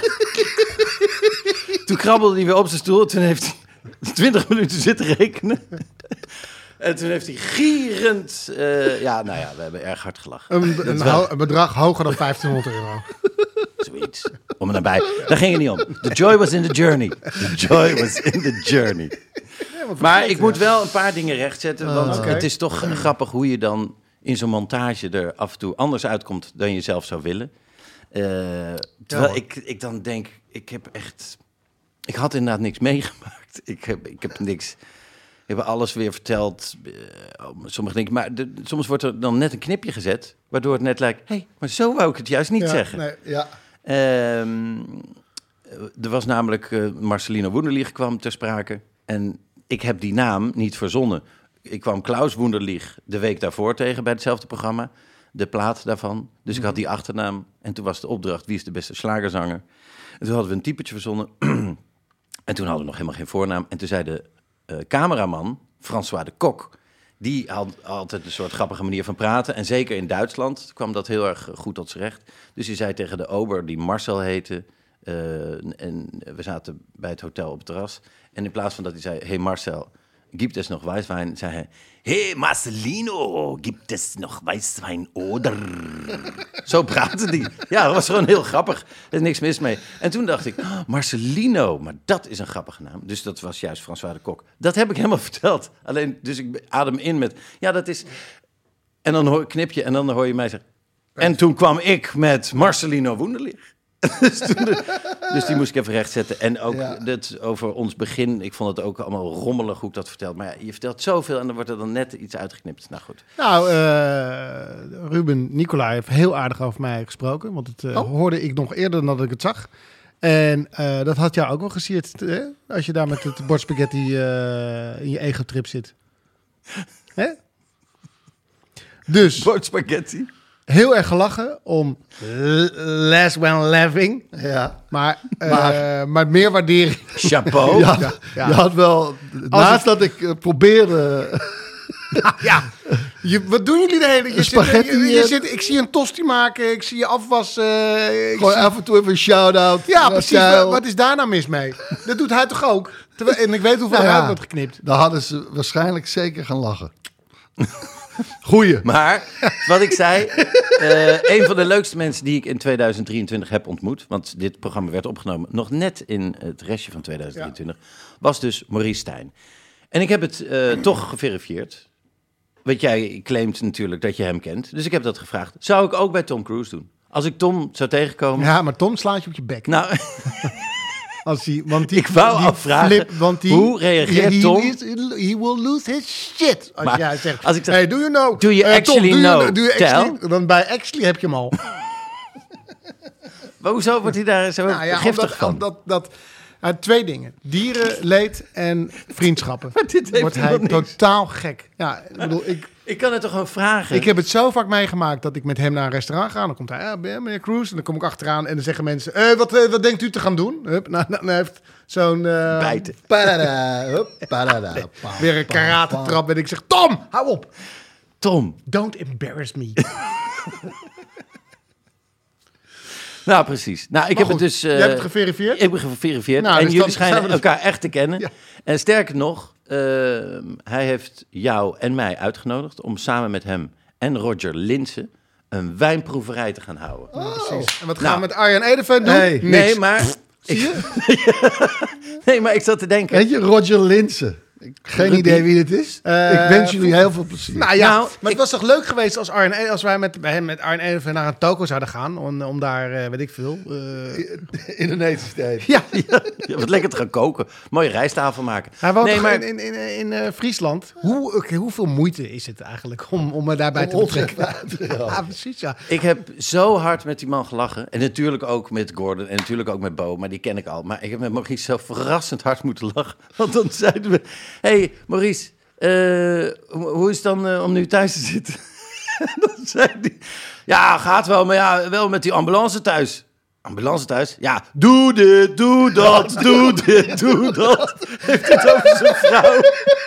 Toen krabbelde hij weer op zijn stoel. Toen heeft hij twintig minuten zitten rekenen. En toen heeft hij gierend... Uh, ja, nou ja, we hebben erg hard gelachen. Een, een, ho- een bedrag hoger dan vijftienhonderd euro. Zoiets. Om en nabij. Daar ging het niet om. The joy was in the journey. The joy was in the journey. Ja, maar ik moet wel een paar dingen rechtzetten. Want uh, okay. het is toch uh, grappig hoe je dan in zo'n montage er af en toe anders uitkomt dan je zelf zou willen. Uh, terwijl ja, ik, ik dan denk, ik heb echt... Ik had inderdaad niks meegemaakt. Ik heb, ik heb niks... Ik heb alles weer verteld. Uh, sommige dingen, maar de, soms wordt er dan net een knipje gezet, waardoor het net lijkt, hé, hey, maar zo wou ik het juist niet ja, zeggen. Nee, ja. Um, er was namelijk uh, Marcelino Wunderlich kwam ter sprake en ik heb die naam niet verzonnen. Ik kwam Klaus Wunderlich de week daarvoor tegen bij hetzelfde programma, de plaat daarvan. Dus ik had die achternaam en toen was de opdracht, wie is de beste slagerzanger? En toen hadden we een typetje verzonnen en toen hadden we nog helemaal geen voornaam. En toen zei de uh, cameraman, François de Kok, die had altijd een soort grappige manier van praten. En zeker in Duitsland kwam dat heel erg goed tot z'n recht. Dus hij zei tegen de ober, die Marcel heette, uh, en we zaten bij het hotel op het terras. En in plaats van dat hij zei, hey Marcel, gibt es nog Weißwein? Zei hij, hey Marcelino, gibt es nog Weißwein oder? Zo praatte die. Ja, dat was gewoon heel grappig. Er is niks mis mee. En toen dacht ik, oh, Marcelino, maar dat is een grappige naam. Dus dat was juist François de Kok. Dat heb ik helemaal verteld. Alleen, dus ik adem in met, ja, dat is... En dan hoor, knip je en dan hoor je mij zeggen... En toen kwam ik met Marcelino Wunderlich. dus, toen de, dus die moest ik even rechtzetten. En ook ja. dit over ons begin. Ik vond het ook allemaal rommelig hoe ik dat verteld. Maar ja, je vertelt zoveel en dan wordt er dan net iets uitgeknipt. Nou goed. Nou, uh, Ruben Nicolai heeft heel aardig over mij gesproken. Want het uh, oh. hoorde ik nog eerder dan dat ik het zag. En uh, dat had jou ook wel gesierd. Hè? Als je daar met het bord spaghetti uh, in je ego-trip zit. Hè? Dus. Bord spaghetti. Heel erg gelachen om less when laughing. Ja. Maar, uh, maar, maar meer waardering. Chapeau. Ja, ja, ja. Je had wel... Naast ik, dat ik uh, probeerde... Nou, ja. Je, wat doen jullie de hele... Je spaghetti, zit, je, je zit, ik zie je een tosti maken. Ik zie je afwassen. Gewoon zie... af en toe even een shout-out. Ja, precies. Wat, wat is daar nou mis mee? Dat doet hij toch ook? Terwijl, en ik weet hoeveel nou, eruit ja. wordt geknipt. Dan hadden ze waarschijnlijk zeker gaan lachen. Goeie. Maar, wat ik zei, uh, een van de leukste mensen die ik in tweeduizend drieëntwintig heb ontmoet, want dit programma werd opgenomen nog net in het restje van tweeduizend drieëntwintig, ja. was dus Maurice Stijn. En ik heb het uh, toch geverifieerd. Want jij claimt natuurlijk dat je hem kent. Dus ik heb dat gevraagd. Zou ik ook bij Tom Cruise doen? Als ik Tom zou tegenkomen... Ja, maar Tom slaat je op je bek. Nou... Als hij, want die, ik wou die afvragen, flip, want die, hoe reageert he, Tom? He, is, he will lose his shit. Als maar, jij zegt, als ik zeg, hey, do you know? Do you uh, actually Tom, do know? You, do you actually, dan bij actually heb je hem al. Maar hoezo wordt hij daar zo nou, ja, giftig omdat, van? Omdat, dat, uh, twee dingen. Dierenleed en vriendschappen. Maar dit heeft wordt hij totaal gek. Ja, ik bedoel, ik... Ik kan het toch gewoon vragen? Ik heb het zo vaak meegemaakt dat ik met hem naar een restaurant ga. Dan komt hij, ja, meneer Cruise. En dan kom ik achteraan en dan zeggen mensen... Eh, wat, uh, wat denkt u te gaan doen? Hup, nou, dan heeft zo'n... Uh, Bijten. Parada, hup, parada, pa, weer een karate-trap. En ik zeg, Tom, hou op. Tom. Don't embarrass me. Nou, precies. Nou, ik maar heb goed, het dus... Uh, jij hebt het geverifieerd? Ik heb het geverifieerd. Nou, en dus jullie schijnen dus... elkaar echt te kennen. Ja. En sterker nog... Uh, hij heeft jou en mij uitgenodigd om samen met hem en Roger Linssen een wijnproeverij te gaan houden. Oh. Precies. En wat gaan nou, we met Arjan Edeveen doen? Nee, nee maar... Zie je? nee, maar ik zat te denken... Weet je, Roger Linssen. Geen Ruby. idee wie dit is. Eh, ik wens jullie heel veel plezier. Nou ja, Nou, maar ik- het was toch leuk geweest als, Arjen, als wij met, bij hem met Arjen even naar een toko zouden gaan. Om, om daar, eh, weet ik veel. eh, Indonesische tijd. ja, Ja, wat lekker te gaan koken. Mooie rijsttafel maken. hij woont nee, toch maar in, in, in, in eh, Friesland. Hoe, oké, hoeveel moeite is het eigenlijk om, om me daarbij Om te ons betrekken? even uit te halen. Ja, precies, ja. ik heb zo hard met die man gelachen. En natuurlijk ook met Gordon. En natuurlijk ook met Bo. Maar die ken ik al. Maar ik heb met Maurice zo verrassend hard moeten lachen. Want dan zeiden we... Hé, hey, Maurice. eh, hoe hoe is het dan eh, om nu thuis te zitten? En dan zei hij... Ja, gaat wel. Maar ja, wel met die ambulance thuis. Ambulance thuis? Ja, doe dit, doe dat, doe dit, doe dat. Heeft het over zijn vrouw.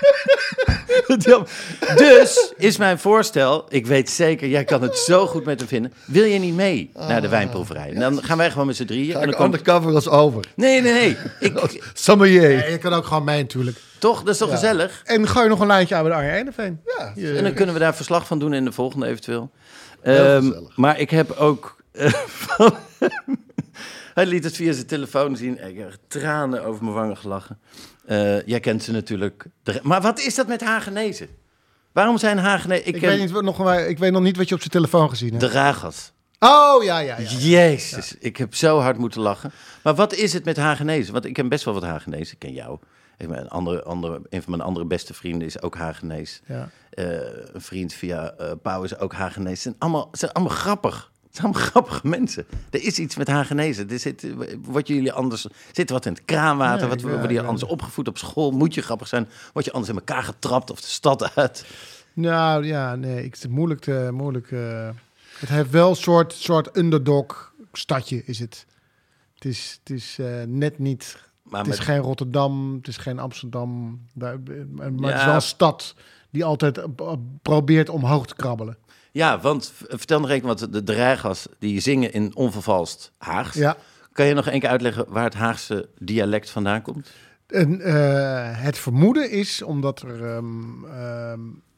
Dus is mijn voorstel, ik weet zeker, jij kan het zo goed met hem vinden. Wil je niet mee naar de wijnproeverij? En dan gaan wij gewoon met z'n drieën. Ga En ik dan komt... undercover als over. Nee, nee, nee. Ik... Sommelier. Ja, je kan ook gewoon mee natuurlijk. Toch? Dat is toch gezellig? En gooi nog een lijntje aan bij Arjen Eeneveen. Ja. Je- En dan kunnen we daar verslag van doen in de volgende eventueel. Heel Ehm, gezellig. maar ik heb ook... eh, van hem- hij liet het via zijn telefoon zien. Ik heb tranen over mijn wangen gelachen. Eh, jij kent ze natuurlijk. De- maar wat is dat met Hagenezen? Waarom zijn Hagenezen... ik, Ik, weet ken niet, wat nog, maar ik weet nog niet wat je op zijn telefoon gezien hebt. de Ragas. Oh, ja, ja, ja. Jezus, ik heb zo hard moeten lachen. Maar wat is het met Hagenezen? Want ik ken best wel wat Hagenezen. Ik ken jou. Ik ben Een, andere, andere, een van mijn andere beste vrienden is ook Hagenees. Ja. Eh, een vriend via uh, Pauw is ook Hagenees. Ze zijn allemaal, ze zijn allemaal grappig. Het zijn allemaal grappige mensen. Er is iets met Hagenezen. Er zit, word je jullie anders, zit er wat in het kraanwater? Nee, wat ik- worden ja, je ja. anders opgevoed op school? Moet je grappig zijn? Word je anders in elkaar getrapt of de stad uit? Nou ja, nee, ik, het is moeilijk te... Moeilijk, eh, het heeft wel een soort, soort underdog stadje, is het. Het is, het is eh, net niet... Maar Het is met- geen Rotterdam, het is geen Amsterdam. Daar, maar het Ja. is wel een stad die altijd eh, probeert omhoog te krabbelen. Ja, want v- vertel nog even, want de Dragas die zingen in onvervalst Haags. Ja. Kan je nog één keer uitleggen waar het Haagse dialect vandaan komt? En, eh, het vermoeden is omdat er ehm, ehm,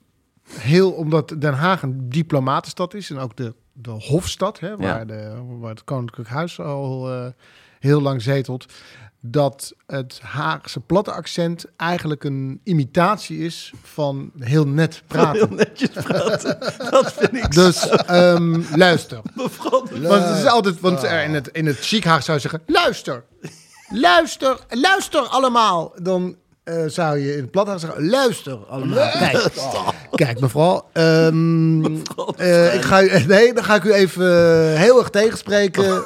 heel, omdat Den Haag een diplomatenstad is en ook de, de hofstad, hè, waar, Ja. de, waar het Koninklijk Huis al eh, heel lang zetelt, dat het Haagse platte accent eigenlijk een imitatie is van heel net praten. Heel netjes praten. Dat vind ik Dus ehm, luister. bevroren. Want het is altijd, want er in het, in het chic Haag zou je zeggen, luister. Luister, luister allemaal. Dan eh, zou je in het plat Haag zeggen, luister allemaal. Kijk, kijk mevrouw. ehm, eh, ik ga u, nee, dan ga ik u even eh, heel erg tegenspreken.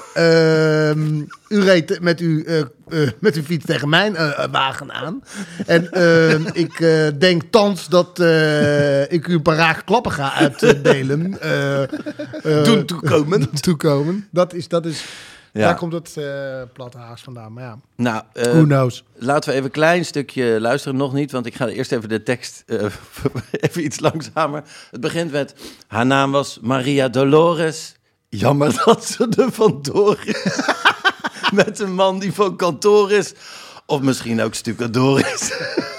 Ehm, u reed met, u, eh, eh, met uw fiets tegen mijn eh, wagen aan. En ehm, ik eh, denk thans dat eh, ik u een paar rake klappen ga uitdelen. Eh, eh, Doen toekomen. toekomen. Dat is, dat is, Ja. daar komt het uh, platte Haags vandaan. Maar ja, Nou, eh, who knows? laten we even een klein stukje luisteren. Nog niet, want ik ga eerst even de tekst eh, even iets langzamer. Het begint met, haar naam was Maria Dolores. Jammer dat ze er vandoor is. Met een man die van kantoor is. Of misschien ook stucadoor is.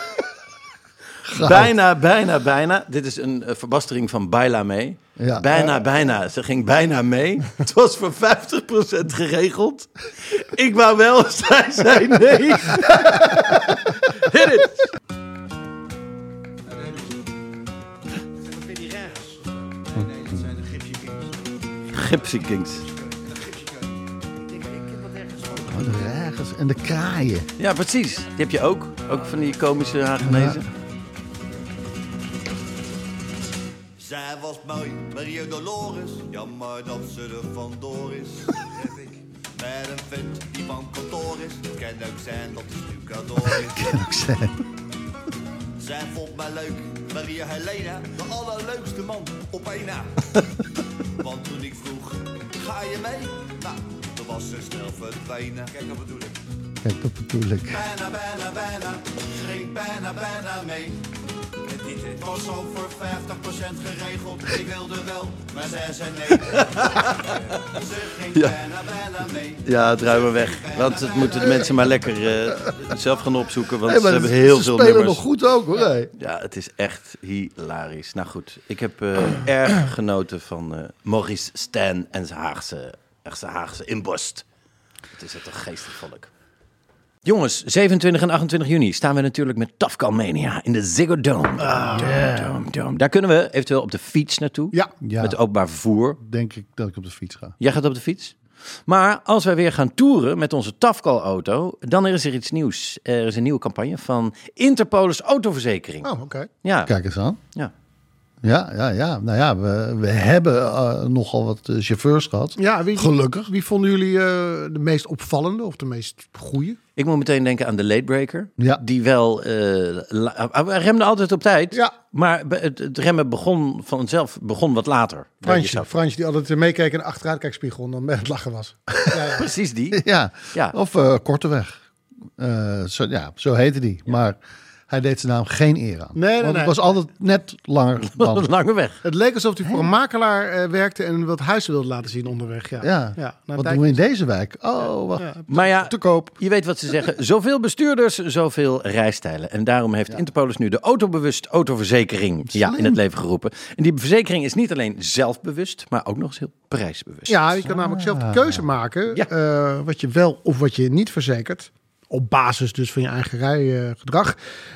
Bijna, bijna, bijna. Dit is een uh, verbastering van Baila mee. Ja. Bijna, bijna. Ze ging bijna mee. Het was voor vijftig procent geregeld. Ik wou wel, zij zei nee. Hit it. Gypsy Kings. Oh, de reigers en de kraaien. Ja, precies. Die heb je ook. Ook van die komische Hagenezen. Zij was mooi, Maria Dolores. Jammer dat ze er vandoor is. Zeg ik. Met een vent die van kantoor is. Het kan ook zijn dat de stucadoor is. Kan ook zijn. Zij vond mij leuk, Maria Helena. De allerleukste man op één na. Want toen ik vroeg, ga je mee? Nou, toen was ze snel verdwenen. Kijk, dat bedoel ik. Kijk, dat bedoel ik. Bijna, bijna, bijna. Ze ging bijna, bijna mee. Het was al voor vijftig procent geregeld. Ik wilde wel, maar zij zei nee. Ze ging Ja. bijna, bijna mee. Ja, draai maar weg. Want het moeten de mensen maar lekker uh, zelf gaan opzoeken. Want Hey, maar ze hebben ze heel veel spelen nummers. nog goed ook, hoor. Hey. Ja, het is echt hilarisch. Nou goed, ik heb uh, erg genoten van uh, Maurice Stijn en zijn Haagse, echt zijn Haagse inborst. Het is echt een geestig volk. Jongens, zevenentwintig en achtentwintig juni staan we natuurlijk met Tafkal Mania in de Ziggo Dome. Ah, Dome, yeah. Dome, Dome. Daar kunnen we eventueel op de fiets naartoe. Ja. Ja. Met openbaar vervoer. Denk ik dat ik op de fiets ga. Jij gaat op de fiets. Maar als wij weer gaan toeren met onze Tafkal-auto, dan is er iets nieuws. Er is een nieuwe campagne van Interpolis Autoverzekering. Oh, oké. Okay. Ja. Kijk eens aan. Ja. Ja, ja, ja. Nou ja, we, we hebben uh, nogal wat uh, chauffeurs gehad. Ja, wie, Gelukkig. Wie vonden jullie uh, de meest opvallende of de meest goeie? Ik moet meteen denken aan de Latebreaker. Ja. Die wel... Uh, la- hij remde altijd op tijd. Ja. Maar het, het remmen begon vanzelf begon wat later. Fransje, Fransje die altijd meekeek in de achteruitkijkspiegel en dan met het lachen was. Ja, ja. Precies die. Ja, Ja. of uh, Korteweg. Uh, zo, ja, zo heette die. Ja. Maar hij deed zijn naam geen eer aan. Nee, nee, Want nee. het was altijd net langer dan... Lange weg. Het leek alsof hij voor een makelaar uh, werkte en wat huizen wilde laten zien onderweg. Ja, Ja, ja na wat tijd- doen we in deze wijk? Oh, wacht. Ja. Maar ja, Te koop. je weet wat ze zeggen. Zoveel bestuurders, zoveel rijstijlen. En daarom heeft Interpolis nu de autobewust autoverzekering ja, in het leven geroepen. En die verzekering is niet alleen zelfbewust, maar ook nog eens heel prijsbewust. Ja, je kan namelijk zelf de keuze maken Ja. uh, wat je wel of wat je niet verzekert. Op basis dus van je eigen rijgedrag.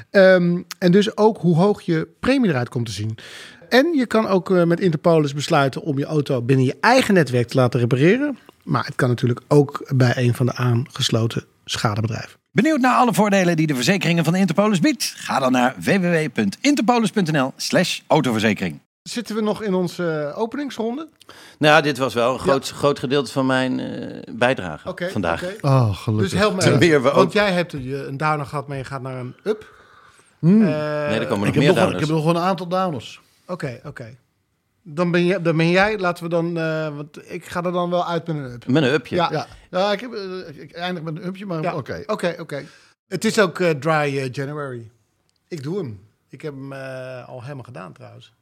Um, en dus ook hoe hoog je premie eruit komt te zien. En je kan ook uh, met Interpolis besluiten om je auto binnen je eigen netwerk te laten repareren. Maar het kan natuurlijk ook bij een van de aangesloten schadebedrijven. Benieuwd naar alle voordelen die de verzekeringen van Interpolis biedt? Ga dan naar w w w punt interpolis punt n l slash autoverzekering. Zitten we nog in onze openingsronde? Nou, dit was wel een groot, groot gedeelte van mijn uh, bijdrage Oké, vandaag. oké. Oh, gelukkig. Dus help me Ten uit. meer we ook- Want jij hebt een een downer gehad, maar je gaat naar een up. Hmm. Uh, Nee, er komen ik, nog heb meer nog, ik heb downers. nog een aantal downers. Oké, oké. Dan ben jij, dan ben jij, laten we dan, uh, want ik ga er dan wel uit met een up. Met een upje. Ja. Ja, ja ik, heb, uh, ik eindig met een upje, maar Ja. oké. Oké, oké. Het is ook uh, dry uh, January. Ik doe hem. Ik heb hem uh, al helemaal gedaan trouwens.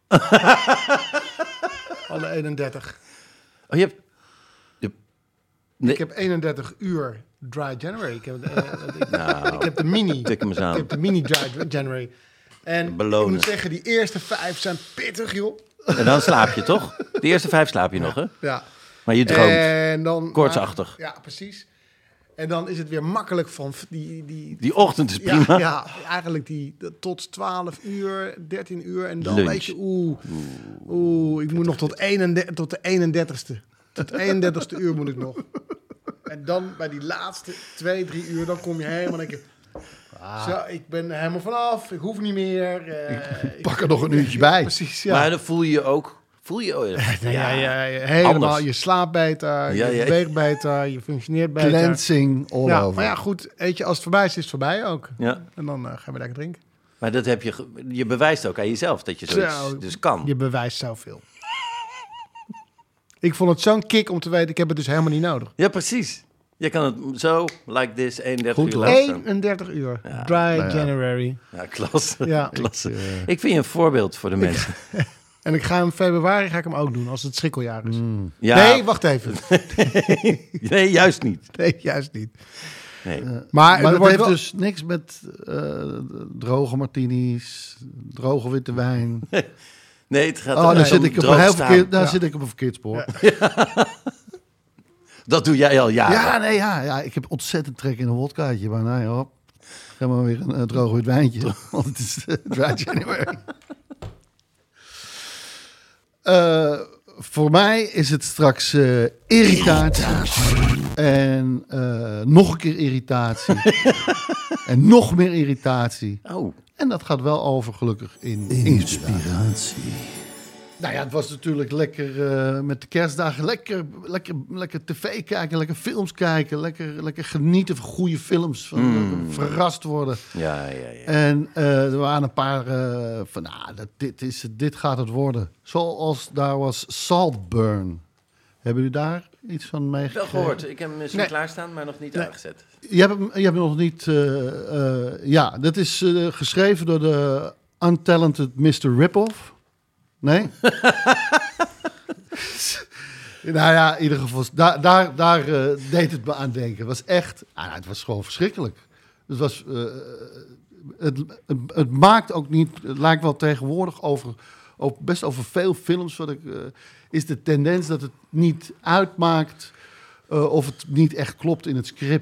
Alle eenendertig. Oh, je hebt... je- Nee. Ik heb eenendertig uur dry January. Ik heb, uh, ik, Nou, ik heb de mini. tik hem eens aan. Ik heb de mini dry January. En Belonen. ik moet zeggen, die eerste vijf zijn pittig, joh. En dan slaap je toch? De eerste vijf slaap je nog, hè? Ja. Maar je droomt. En dan, Koortsachtig. Ja, precies. En dan is het weer makkelijk van die... die Die ochtend is ja, prima. ja, eigenlijk die tot twaalf uur, dertien uur. En dan Lunch. weet je, oeh, oeh, ik moet nog tot, eenendertig, tot de eenendertigste. Tot de eenendertigste uur moet ik nog. En dan bij die laatste twee, drie uur, dan kom je helemaal en denk je... Zo, ik ben er helemaal vanaf, ik hoef niet meer. Uh, ik Pak er nog een uurtje bij. Precies, ja. Maar dan voel je je ook... Voel je je... Oh, Ja, ja, ja, ja, helemaal. Anders. Je slaapt beter, Ja, je ja. beweegt beter, je functioneert beter. Cleansing all Ja, over. maar ja, goed. Weet je, als het voorbij is, is het voorbij ook. Ja. En dan uh, gaan we lekker drinken. Maar dat heb je... ge- Je bewijst ook aan jezelf dat je zoiets Zo, dus kan. Je bewijst zoveel. Ik vond het zo'n kick om te weten, ik heb het dus helemaal niet nodig. Ja, precies. Je kan het zo, like this, eenendertig Goed, uur hoor. later. eenendertig uur. Ja. Dry ja. January. Ja, klasse. Ja. klasse. Ik, uh, Ik vind je een voorbeeld voor de mensen. En ik ga in februari ga ik hem ook doen, als het schrikkeljaar is. Ja, Nee, wacht even. nee, juist niet. Nee, juist niet. Nee. Maar, Maar er dat wordt heeft wel- dus niks met uh, droge martinis, droge witte wijn. nee, het gaat Oh, om dan zit ik op een heel droog staan. verkeerd, daar Ja. zit ik op een verkeerd spoor. Dat doe jij al jaren. Ja, nee, ja, ja, ik heb ontzettend trek in een wodkaatje. Maar nee, hop, ga maar weer een uh, droog wit wijntje. Want het is uh, dry January. Uh, voor mij is het straks uh, irritatie. En uh, nog een keer irritatie. en nog meer irritatie. Oh, En dat gaat wel over gelukkig in inspiratie. Nou ja, het was natuurlijk lekker uh, met de kerstdagen. Lekker, lekker, lekker tv kijken, lekker films kijken. Lekker, lekker genieten van goede films. Van, Mm. uh, verrast worden. ja, ja, ja. En uh, er waren een paar uh, van, nou, dat, dit, is, het, dit gaat het worden. Zoals daar was Saltburn. Hebben jullie daar iets van Wel meegekregen? gehoord. Ik heb hem misschien Nee. klaarstaan, maar nog niet Nee. aangezet. Je hebt hem, je hebt hem nog niet... Uh, uh, ja, dat is uh, geschreven door de untalented mister Ripoff. Nee? Nou ja, in ieder geval, daar, daar, daar uh, deed het me aan denken. Het was echt, ah, nou, het was gewoon verschrikkelijk. Het was, uh, het, het, het maakt ook niet, het lijkt wel tegenwoordig over, over best over veel films, wat ik, uh, is de tendens dat het niet uitmaakt uh, of het niet echt klopt in het script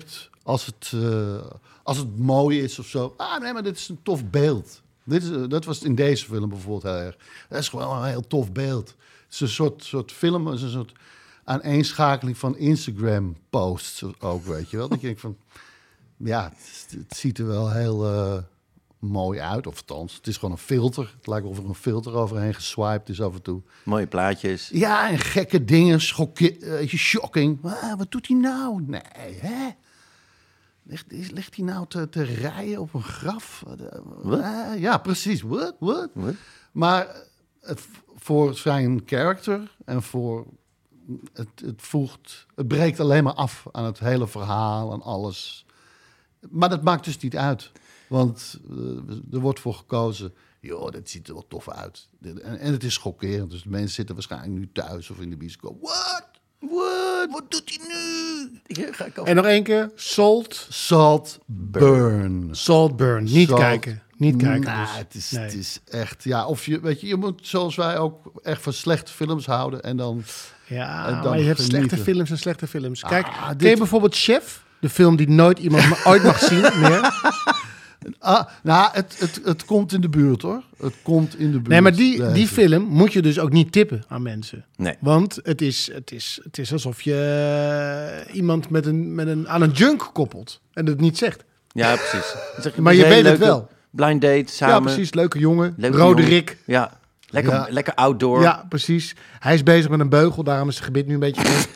als het, uh, als het mooi is of zo. Ah, nee, maar dit is een tof beeld. Dit is, uh, dat was in deze film bijvoorbeeld heel erg. Dat is gewoon een heel tof beeld. Het is een soort, soort film, het is een soort aaneenschakeling van Instagram-posts ook, weet je wel. Dat je denkt van, ja, het, het ziet er wel heel uh, mooi uit. Of althans, het is gewoon een filter. Het lijkt wel of er een filter overheen geswiped is af en toe. Mooie plaatjes. Ja, en gekke dingen, schokki- uh, shocking. Ah, wat doet hij nou? Nee, hè? Ligt, ligt hij nou te, te rijden op een graf? Wat? Uh, ja, precies. What? What? What? Maar uh, voor zijn karakter en voor... Het, het voegt... Het breekt alleen maar af aan het hele verhaal en alles. Maar dat maakt dus niet uit. Want uh, er wordt voor gekozen... Joh, dit ziet er wel tof uit. En, en het is schokkerend. Dus de mensen zitten waarschijnlijk nu thuis of in de bioscoop. What? What? Wat doet hij nu? Hier ga ik En nog één keer, Salt. Salt Burn. Salt Burn. Niet Salt. kijken. Niet kijken. Nah, dus. het, is, Nee. het is echt... Ja, of je, weet je, je moet zoals wij ook echt van slechte films houden. En dan... Ja, en dan maar je hebt genieten. slechte films en slechte films. Kijk, Ah, ken dit- je bijvoorbeeld Chef? De film die nooit iemand ma- ooit mag zien meer. Ah, nou, het, het, het komt in de buurt, hoor. Het komt in de buurt. Nee, maar die, Deze. die film moet je dus ook niet tippen aan mensen. Nee. Want het is, het is, het is alsof je eh, iemand met een, met een, aan een junk koppelt. En het niet zegt. Ja, precies. Dan zeg Maar een je hele weet het leuke wel. Blind date samen. Ja, precies. Leuke jongen. Leuke Roderick. jongen. Ja, lekker, Ja. lekker outdoor. Ja, precies. Hij is bezig met een beugel. Daarom is zijn gebit nu een beetje groot.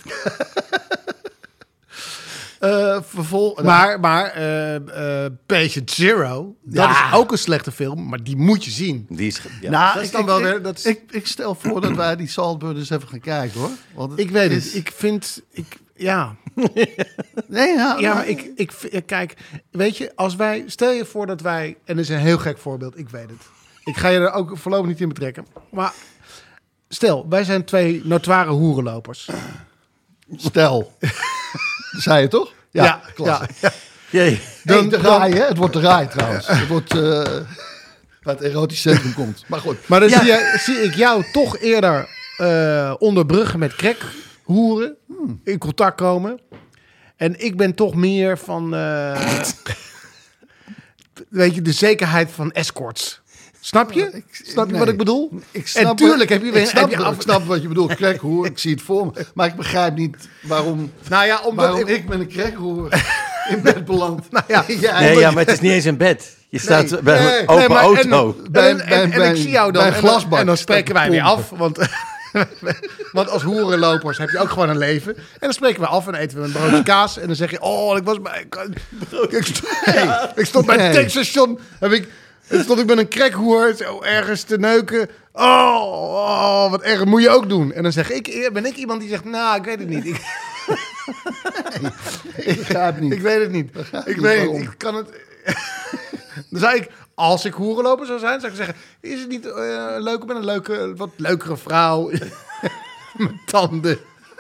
Uh, vervol... Maar, maar eh, eh, Patient Zero, dat Ja. is ook een slechte film. Maar die moet je zien. Die is... ge- Ja. Nou, Dat is ik- dan ik, wel ik, weer- dat is- ik, ik stel voor dat wij die Saltburn eens even gaan kijken, hoor. Want het Ik weet is- het. Ik vind... Ik, ja, Nee, ja, ja, maar ik, ik, ik... Kijk, weet je, als wij... Stel je voor dat wij... En dit is een heel gek voorbeeld, ik weet het. Ik ga je er ook voorlopig niet in betrekken. Maar stel, wij zijn twee notoire hoerenlopers. Stel. Zei je toch? Ja, Ja, klasse. ja. Jee. Dan, de raai, hè? Het wordt de raai, trouwens. Het wordt... Uh, waar het erotisch centrum komt. Maar goed. Maar dan zie, je, zie ik jou toch eerder eh onderbruggen met crackhoeren. In contact komen. En ik ben toch meer van... eh, weet je, de zekerheid van escorts. Snap je? Ik- Snap je nee. wat ik bedoel? Ik snap en tuurlijk heb je... ik snap, heb je af- ik snap wat je bedoelt. Crackhoer, ik zie het voor me. Maar ik begrijp niet waarom, Nou ja, omdat waarom ik... ik met een crackhoer in bed beland. Nou ja, Jij- Nee, ja, maar het is niet eens een bed. Je staat Nee, bij nee, een open Nee, maar- auto. En, Bij- en, en, bij- en bij- ik zie jou bij dan. een En dan, glasbak en dan spreken wij weer pompen. af. Want, want als hoerenlopers heb je ook gewoon een leven. En dan spreken we af en eten we een broodje kaas. En dan zeg je, oh, ik was bij... Ik, ik, stond, nee, ik stond bij het Nee. tankstation. Heb ik, en stond ik met een crackhoer zo ergens te neuken. Oh, oh, wat erg, moet je ook doen. En dan zeg ik, ben ik iemand die zegt, nou, ik weet het niet. Ik, Ik begrijp niet. ik weet het niet. Begrijp Ik niet weet het waarom. niet. Ik kan het... Dan zou ik, als ik hoerenloper zou zijn, zou ik zeggen... Is het niet uh, leuk? Ik ben een leuke, wat leukere vrouw. Met tanden.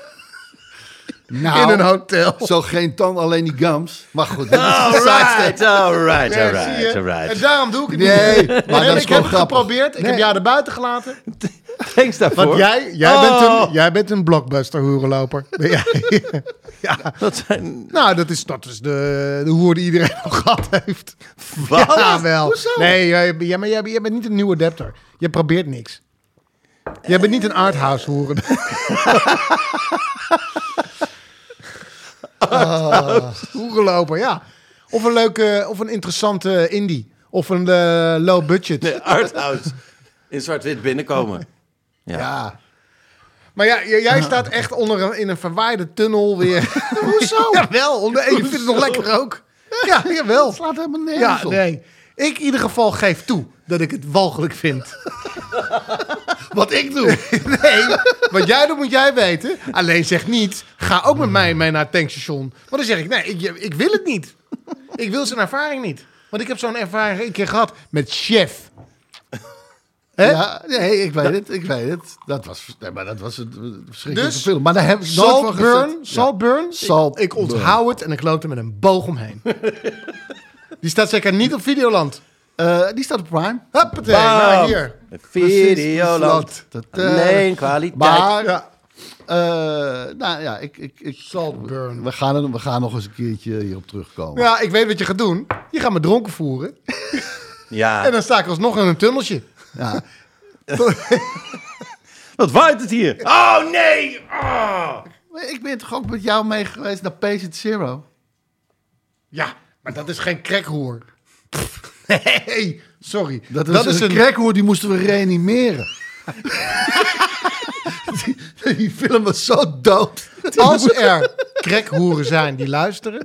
Nou, in een hotel. Zo geen tand, alleen die gums. Maar goed. dat is een Alright, sidestep. alright, Ja, zie alright, je? En alright. daarom doe ik het Nee, niet. maar En dat is ik gewoon heb het grappig. geprobeerd. Ik Nee. heb jou er buiten gelaten. Thanks daarvoor. Want jij, jij, Oh. bent een, jij bent een blockbuster hoerenloper. Ben jij? Ja. Dat zijn... Nou, dat is, dat is de, de hoer die iedereen al gehad heeft. Wat? Ja, wel. Hoezo? Nee, jij, jij, maar jij, jij bent niet een nieuwe adapter. Je probeert niks. Jij bent niet een arthouse hoeren. Oh, hoerenloper, ja. Of een leuke, of een interessante indie. Of een uh, low budget. Nee, arthouse. In zwart-wit binnenkomen. Ja. Ja. Maar ja, j- jij staat echt onder een, in een verwaaide tunnel weer. Hoezo? Jawel, onder, en je vindt het nog lekker ook. Ja, jawel. Het slaat helemaal nergens Ja, op. nee. Ik in ieder geval geef toe dat ik het walgelijk vind. Wat ik doe. Nee, wat jij doet moet jij weten. Alleen zeg niet, ga ook met mij mee naar het tankstation. Want dan zeg ik, nee, ik, ik wil het niet. Ik wil zijn ervaring niet. Want ik heb zo'n ervaring een keer gehad met Chef. Hè? Ja, nee, ik weet het, ik weet het. Dat was, nee, maar dat was een een verschrikkelijke Dus, film. Maar daar heb ik nooit van Saltburn, gezet. Saltburn. Ik, Saltburn. ik onthoud het en ik loop er met een boog omheen. Die staat zeker niet op Videoland. Ja. Uh, die staat op Prime. Huppatee, Bam. nou hier. Videoland. Precies, Alleen kwaliteit. Maar Ja. Uh, nou ja, ik... ik, ik Saltburn. We gaan, er, we gaan nog eens een keertje hierop terugkomen. Ja, ik weet wat je gaat doen. Je gaat me dronken voeren. Ja. En dan sta ik alsnog in een tunneltje. Ja. Wat waait het hier? Oh, nee! Oh. Ik ben toch ook met jou mee geweest naar Patient Zero? Ja, maar dat is geen crackhoer. Nee, sorry. Dat is, dat is een, een crackhoer, die moesten we reanimeren. die, die film was zo dood. Als er crackhoeren zijn die luisteren...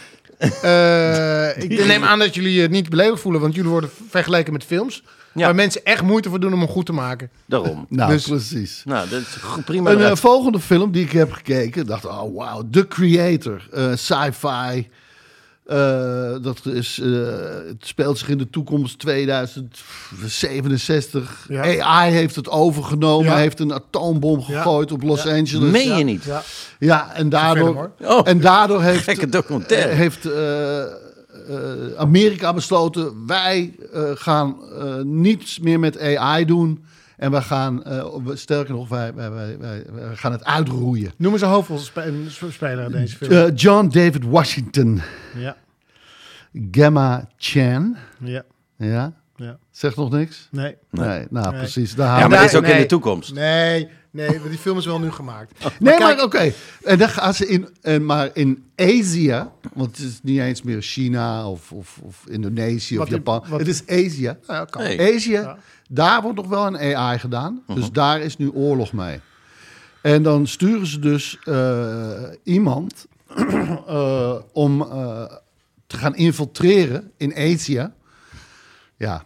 Uh, ik neem aan dat jullie het niet beledigd voelen, want jullie worden vergeleken met films... Ja. Waar mensen echt moeite voor doen om hem goed te maken. Daarom. Nou, dus, precies. Nou, dat is prima. Een uh, volgende film die ik heb gekeken, dacht, oh wow, The Creator, uh, sci-fi. Uh, dat is, uh, het speelt zich in de toekomst tweeduizend zevenenzestig. Ja. A I heeft het overgenomen, ja. heeft een atoombom gegooid ja. op Los ja. Angeles. Meen je ja. niet? Ja, ja en daardoor, oh, en daardoor heeft, gekke documentaire. Uh, heeft uh, uh, Amerika besloten, wij uh, gaan uh, niets meer met A I doen. En we gaan, uh, sterker nog, wij, wij, wij, wij, wij gaan het uitroeien. Noem eens een hoofdrolspeler in deze film. Uh, John David Washington. Ja. Gemma Chan. Ja. Ja? Ja. Zegt nog niks? Nee. Nee, nou nee. precies. Daar ja, maar we... dat is ook nee. in de toekomst. Nee, nee, want die film is wel nu gemaakt. Oh. Nee, maar, maar oké. Okay. En dan gaan ze in, en maar in Azië, want het is niet eens meer China of, of, of Indonesië wat of Japan. In, wat... Het is Azië. Ja, kan. Hey. Azië, ja. Daar wordt nog wel een A I gedaan. Uh-huh. Dus daar is nu oorlog mee. En dan sturen ze dus uh, iemand uh, om uh, te gaan infiltreren in Azië. Ja.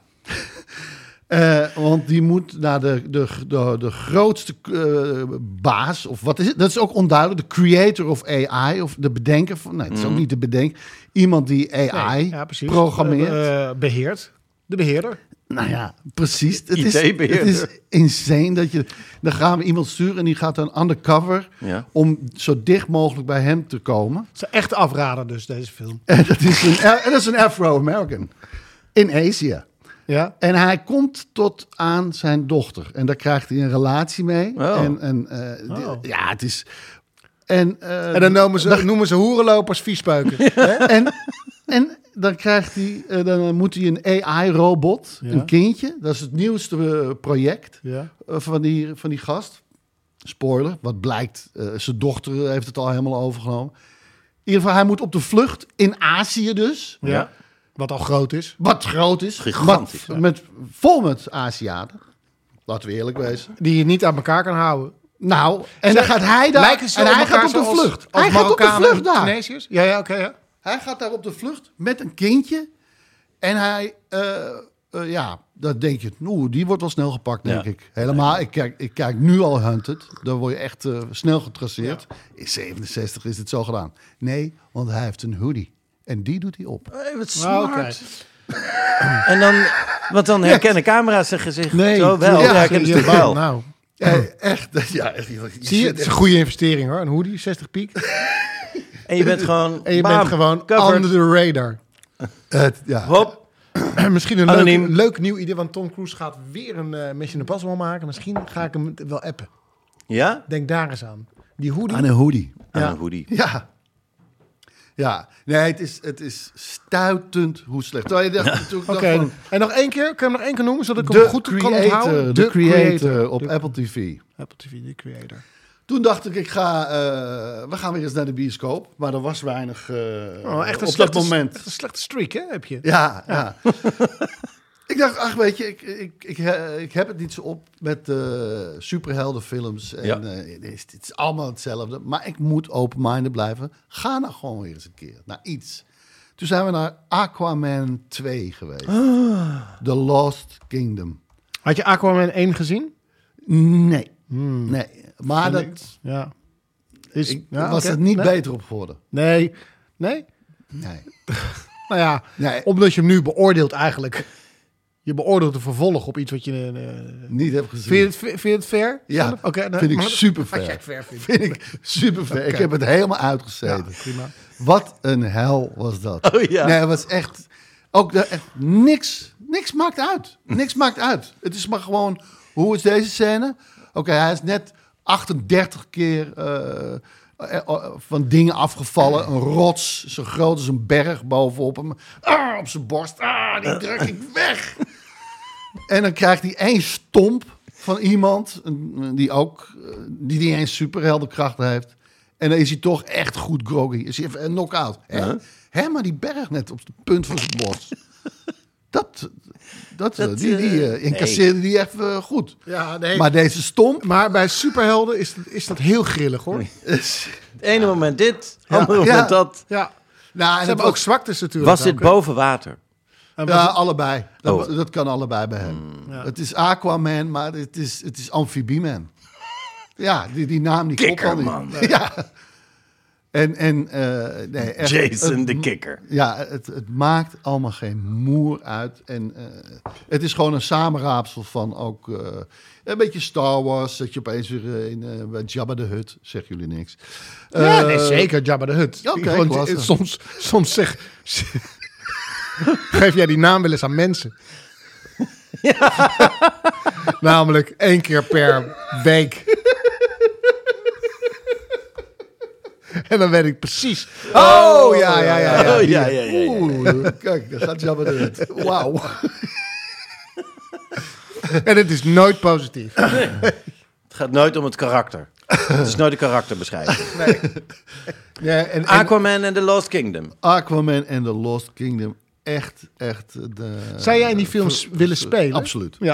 Uh, want die moet naar de, de, de, de grootste uh, baas, of wat is het? Dat is ook onduidelijk. De creator of A I, of de bedenker van... Nee, het is ook niet de bedenker. Iemand die A I nee, ja, programmeert. Uh, uh, beheert. De beheerder. Nou ja, precies. Het is, het is insane dat je... Dan gaan we iemand sturen en die gaat dan undercover... Ja. om zo dicht mogelijk bij hem te komen. Het is een echte afrader dus, deze film. En dat is een, en dat is een Afro-American. In Azië. Ja. En hij komt tot aan zijn dochter. En daar krijgt hij een relatie mee. Oh. En, en uh, oh. die, ja, het is... En, uh, en dan noemen ze, dan, noemen ze hoerenlopers viespeuken. Ja. en, en dan krijgt hij... Uh, dan moet hij een A I-robot, ja. een kindje. Dat is het nieuwste uh, project ja. uh, van, die, van die gast. Spoiler, wat blijkt. Uh, zijn dochter heeft het al helemaal overgenomen. In ieder geval, hij moet op de vlucht. In Azië dus. Ja. ja. Wat al groot is. Wat groot is. Gigantisch. Met, met, vol met Aziaten. Laten we eerlijk wezen. Die je niet aan elkaar kan houden. Nou, en dan gaat hij daar. En hij gaat op de zoals, vlucht. Als hij gaat op de vlucht daar. Tunesiërs? Ja, ja, oké. Okay, ja. Hij gaat daar op de vlucht met een kindje. En hij, uh, uh, ja, dan denk je, oeh, die wordt wel snel gepakt, denk ja. ik. Helemaal, ik kijk, ik kijk nu al Hunted. Dan word je echt uh, snel getraceerd. Ja. In zevenenzestig is het zo gedaan. Nee, want hij heeft een hoodie. En die doet hij op. Hey, wat smart. Oh, okay. En dan, want dan herkennen camera's zijn gezicht. Nee, zo wel. Ja, herkennen ze wel. Nou, ja, echt. Ja, echt. Zie je, het is een goede investering hoor. Een hoodie, zestig piek. En je bent gewoon, en je bam, bent gewoon covered. under the radar. Het, ja. Hop. Misschien een leuk, leuk nieuw idee, want Tom Cruise gaat weer een uh, Mission Impossible maken. Misschien ga ik hem wel appen. Ja? Denk daar eens aan. Die hoodie. Aan een hoodie. Aan ja. een hoodie. Ja. Ja, nee, het is, het is stuitend hoe slecht. Je dacht, ja. Oké, okay. van... en nog één keer, kun je hem nog één keer noemen, zodat ik hem goed creator, kan onthouden? De Creator, creator op de, Apple T V. Apple T V, de Creator. Toen dacht ik, ik ga, uh, we gaan weer eens naar de bioscoop. Maar er was weinig uh, oh, echt een op slechte, dat moment. Echt een slechte streak, hè, heb je? Ja, ja. ja. Ik dacht, ach, weet je, ik, ik, ik, ik heb het niet zo op met uh, superheldenfilms. En ja. uh, het, is, het is allemaal hetzelfde. Maar ik moet open-minded blijven. Ga nou gewoon weer eens een keer naar iets. Toen zijn we naar Aquaman twee geweest. Ah. The Lost Kingdom. Had je Aquaman één gezien? Nee. Hmm. Nee. Maar dat... Ik, ja. Is, ik, ja, was okay. het niet nee. beter op geworden. Nee. Nee? Nee. Nou ja, nee. Omdat je hem nu beoordeelt eigenlijk. Je beoordeelt de vervolg op iets wat je uh, niet hebt gezien. Vind je het, vind je het fair? Ja, okay, vind ik super fair. Jij fair vindt. Vind ik super fair. Okay. Ik heb het helemaal uitgezeten. Ja, prima. Wat een hel was dat. Oh, ja. Nee, het was echt... Ook de, echt niks, niks maakt uit. Niks maakt uit. Het is maar gewoon... Hoe is deze scène? Oké, okay, hij is net achtendertig keer uh, uh, van dingen afgevallen. Een rots, zo groot als een berg bovenop hem. Ah, op zijn borst. Ah, die druk ik weg. En dan krijgt hij één stomp van iemand die ook die niet eens superheldenkrachten heeft. En dan is hij toch echt goed groggy. Is hij even een knock-out. Hè? Uh-huh. Hè, maar die berg net op de punt van zijn borst. Dat, dat, dat die, die uh, incasseerde nee. die even uh, goed. Ja, nee. Maar deze stomp... Maar bij superhelden is, is dat heel grillig, hoor. Het ene moment dit, het andere ja. moment ja. dat. Ja. Nou, en Ze hebben ook zwaktes natuurlijk. Was dit ook, boven water? Ja, het... allebei. Dat, oh. dat kan allebei bij hem. Mm. Ja. Het is Aquaman, maar het is, het is Amphibieman. Ja, die, die naam die klopt al niet. Nee. Ja. En, en uh, nee, echt, Jason het, de kikker. Ja, het, het maakt allemaal geen moer uit. En uh, het is gewoon een samenraapsel van ook uh, een beetje Star Wars. Dat je opeens weer uh, in uh, bij Jabba the Hutt, zeggen jullie niks. Uh, ja, nee, zeker Jabba the Hutt. Oké, okay, soms, soms zeg, geef jij die naam wel eens aan mensen. Ja. Namelijk één keer per week. En dan weet ik precies. Oh, oh ja, ja, ja. ja. Oh, ja, ja, ja, ja. Oeh, kijk, daar gaat Jabba eruit. Wauw. En het is nooit positief. Nee. Het gaat nooit om het karakter. Het is nooit een karakterbeschrijving. Nee. Ja, en, en, Aquaman and the Lost Kingdom. Aquaman and the Lost Kingdom. Echt, echt. De, Zou jij in die films uh, willen spelen? Absoluut. Ja.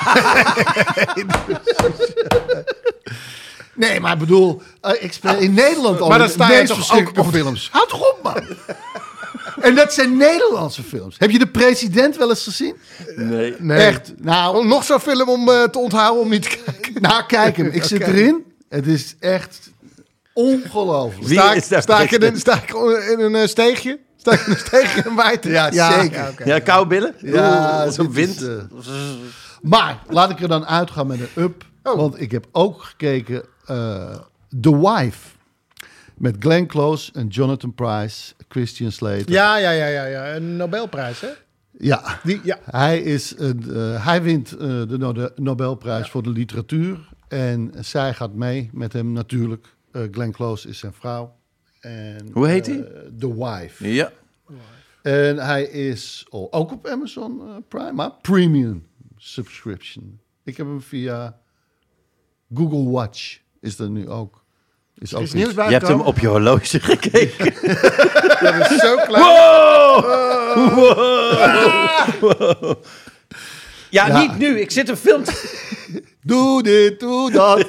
Nee, maar ik bedoel, uh, ik speel in Nederland al. Maar dan sta je toch ook op films. Houd toch op, man. En dat zijn Nederlandse films. Heb je De President wel eens gezien? Nee. nee. Echt. Nou, nog zo'n film om uh, te onthouden om niet te kijken. Nou, kijk hem. Ik okay. zit erin. Het is echt ongelooflijk. Wie sta, is daar sta, ik in een, sta ik in een uh, steegje? Sta ik in een steegje en waait? Ja, ja, zeker. Ja, okay. Ja, koude billen? Ja, zo'n wind. Is, uh, maar, laat ik er dan uitgaan met een up. Oh. Want ik heb ook gekeken uh, The Wife. Met Glenn Close en Jonathan Pryce, Christian Slater. Ja, ja, ja, ja, ja. Een Nobelprijs, hè? Ja. Die, ja. Hij, is een, uh, hij wint uh, de, no- de Nobelprijs ja. voor de literatuur. En zij gaat mee met hem natuurlijk. Uh, Glenn Close is zijn vrouw. En, Hoe heet hij? Uh, The Wife. Ja. En hij is oh, ook op Amazon uh, Prime, maar premium subscription. Ik heb hem via Google Watch. Is er nu ook. Is ook is nieuws je hebt hem op je horloge gekeken. Dat is zo klein. Wow! Wow! Wow! Ja, ja, niet nu. Ik zit een film te... Doe dit, doe dat.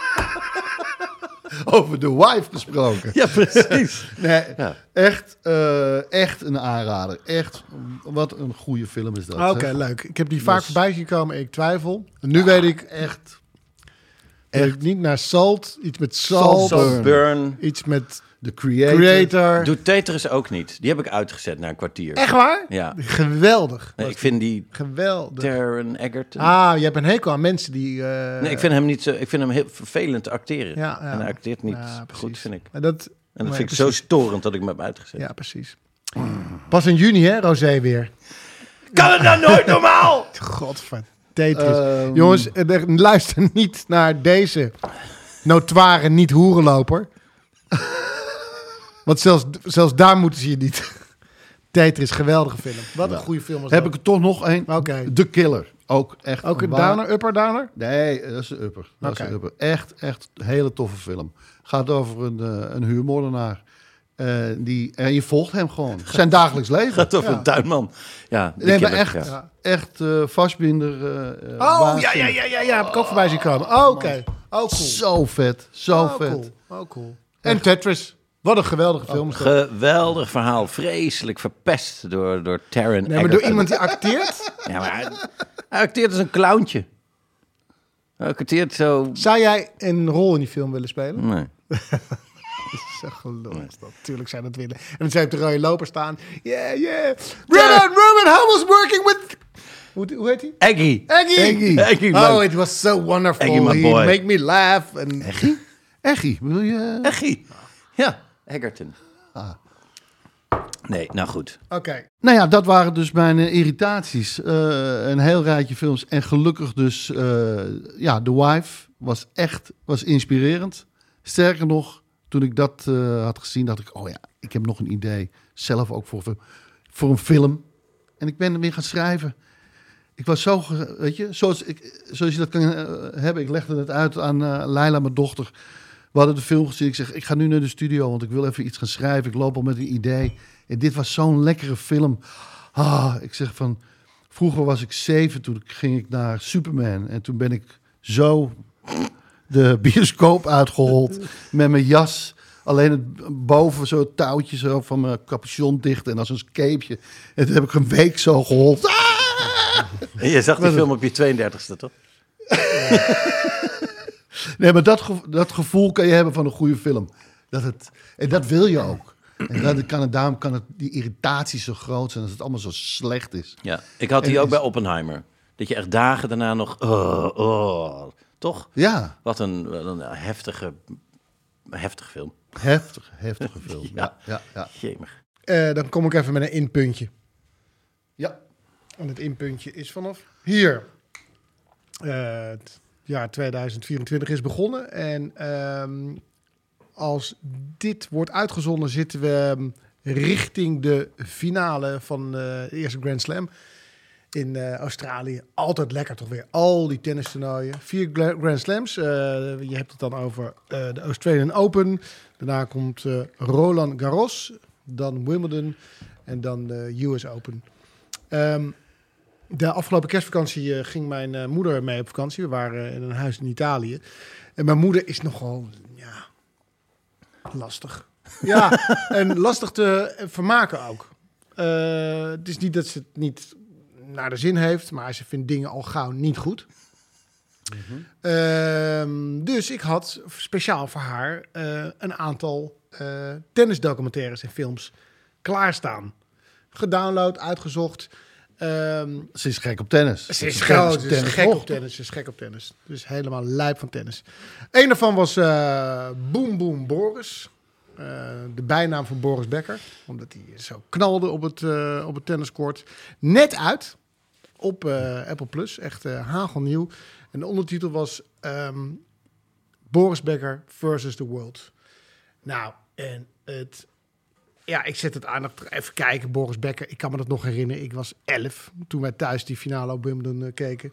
Over The Wife gesproken. Ja, precies. Nee, ja. Echt, uh, echt een aanrader. Echt, wat een goede film is dat. Oké, okay, leuk. Ik heb die vaak dus... voorbij gekomen. Ik twijfel. En nu ja, weet ik echt... Echt niet naar Salt, iets met Salt, Salt Burn, iets met The Creator. Creator. Doet Tetris ook niet. Die heb ik uitgezet na een kwartier. Echt waar? Ja. Geweldig. Nee, ik vind die geweldig. Taron Egerton. Ah, je hebt een hekel aan mensen die. Uh... Nee, ik vind hem niet zo. Ik vind hem heel vervelend te acteren. Ja, ja. En hij acteert niet ja, goed, vind ik. Maar dat, en dat nee, vind ik precies. zo storend dat ik hem heb uitgezet. Ja, precies. Pas in juni, hè, Rosé weer. Kan het nou nooit normaal? Godver. Tetris. Um... Jongens, luister niet naar deze notoire niet-hoerenloper. Want zelfs, zelfs daar moeten ze je niet. Tetris, geweldige film. Wat een ja. goede film was Heb dat. ik er toch nog een? Okay. The Killer. Ook echt Ook een waar... downer, upper downer? Nee, dat is een upper. Dat okay. is een upper. Echt, echt een hele toffe film. Gaat over een, uh, een huurmoordenaar. Uh, die, en je volgt hem gewoon. Zijn dagelijks leven. Gaat over ja. een tuinman. Ja, nee, maar echt, ja. echt uh, vastbinder. Uh, oh, waanzin. ja, ja, ja, ja, ja. Heb ik ook voorbij zien komen. Oh, oké. Okay. Oh, cool. Zo vet. Zo oh, vet. Cool. Oh, cool. En Tetris. Wat een geweldige film. Oh, geweldig verhaal. Vreselijk verpest door, door Taron Egerton. Nee, maar door iemand die acteert? Ja, maar hij, hij acteert als een clowntje. Hij acteert zo... Zou jij een rol in die film willen spelen? Nee. Zo geloof nee. dat. Tuurlijk zou dat willen. En dan zou je op de rode loper staan. Yeah, yeah. Robin, Robin, how was working with... Hoe, hoe heet hij? Eggy. Eggy. Eggy. Eggy oh, it was so wonderful. Eggy, my boy. He make me laugh. And... Eggy? Eggy, bedoel je? Eggy. Ja, Egerton. Ah. Nee, nou goed. Oké. Okay. Nou ja, dat waren dus mijn uh, irritaties. Uh, een heel rijtje films. En gelukkig dus, uh, ja, The Wife was echt was inspirerend. Sterker nog, toen ik dat uh, had gezien, dacht ik, oh ja, ik heb nog een idee. Zelf ook voor, voor een film. En ik ben er weer gaan schrijven. Ik was zo, weet je, zoals, ik, zoals je dat kan uh, hebben. Ik legde het uit aan uh, Leila, mijn dochter. We hadden de film gezien. Ik zeg, ik ga nu naar de studio, want ik wil even iets gaan schrijven. Ik loop al met een idee. En dit was zo'n lekkere film. Ah, ik zeg van, vroeger was ik zeven, toen ging ik naar Superman. En toen ben ik zo de bioscoop uitgehold met mijn jas. Alleen het boven zo het touwtje zo van mijn capuchon dicht en als een capeje. En toen heb ik een week zo gehold. Ah! En je zag die film op je tweeëndertigste, toch? Nee, maar dat, gevo- dat gevoel kan je hebben van een goede film. Dat het, en dat wil je ook. En dat kan het, daarom kan het, die irritatie zo groot zijn, dat het allemaal zo slecht is. Ja, ik had die en ook is, bij Oppenheimer. Dat je echt dagen daarna nog... Oh, oh, toch? Ja. Wat een, een heftige, heftige film. Heftig, heftige film. Ja, ja, ja. Jemig. Uh, dan kom ik even met een inpuntje. Ja. En het inpuntje is vanaf hier. Uh, het jaar tweeduizend vierentwintig is begonnen. En um, als dit wordt uitgezonden, zitten we um, richting de finale van uh, de eerste Grand Slam in uh, Australië. Altijd lekker toch weer. Al die tennistoernooien. Vier Grand Slams. Uh, je hebt het dan over uh, de Australian Open. Daarna komt uh, Roland Garros. Dan Wimbledon. En dan de U S Open. Um, de afgelopen kerstvakantie uh, ging mijn uh, moeder mee op vakantie. We waren uh, in een huis in Italië. En mijn moeder is nogal, ja, lastig. Ja, en lastig te vermaken ook. Uh, het is niet dat ze het niet naar de zin heeft, maar ze vindt dingen al gauw niet goed. Mm-hmm. Uh, dus ik had speciaal voor haar uh, een aantal uh, tennisdocumentaires en films klaarstaan. Gedownload, uitgezocht. Um, ze is gek op tennis. Ze is, groot, ze is gek op tennis. Ze is gek op tennis. Dus helemaal lijp van tennis. Eén daarvan was uh, Boom Boom Boris. Uh, de bijnaam van Boris Becker. Omdat hij zo knalde op het, uh, op het tenniskoord. Net uit op uh, Apple Plus. Echt uh, hagelnieuw. En de ondertitel was um, Boris Becker versus the World. Nou, en het... Ja, ik zet het aan. Even kijken, Boris Becker. Ik kan me dat nog herinneren. Ik was elf toen wij thuis die finale op Wimbledon uh, keken.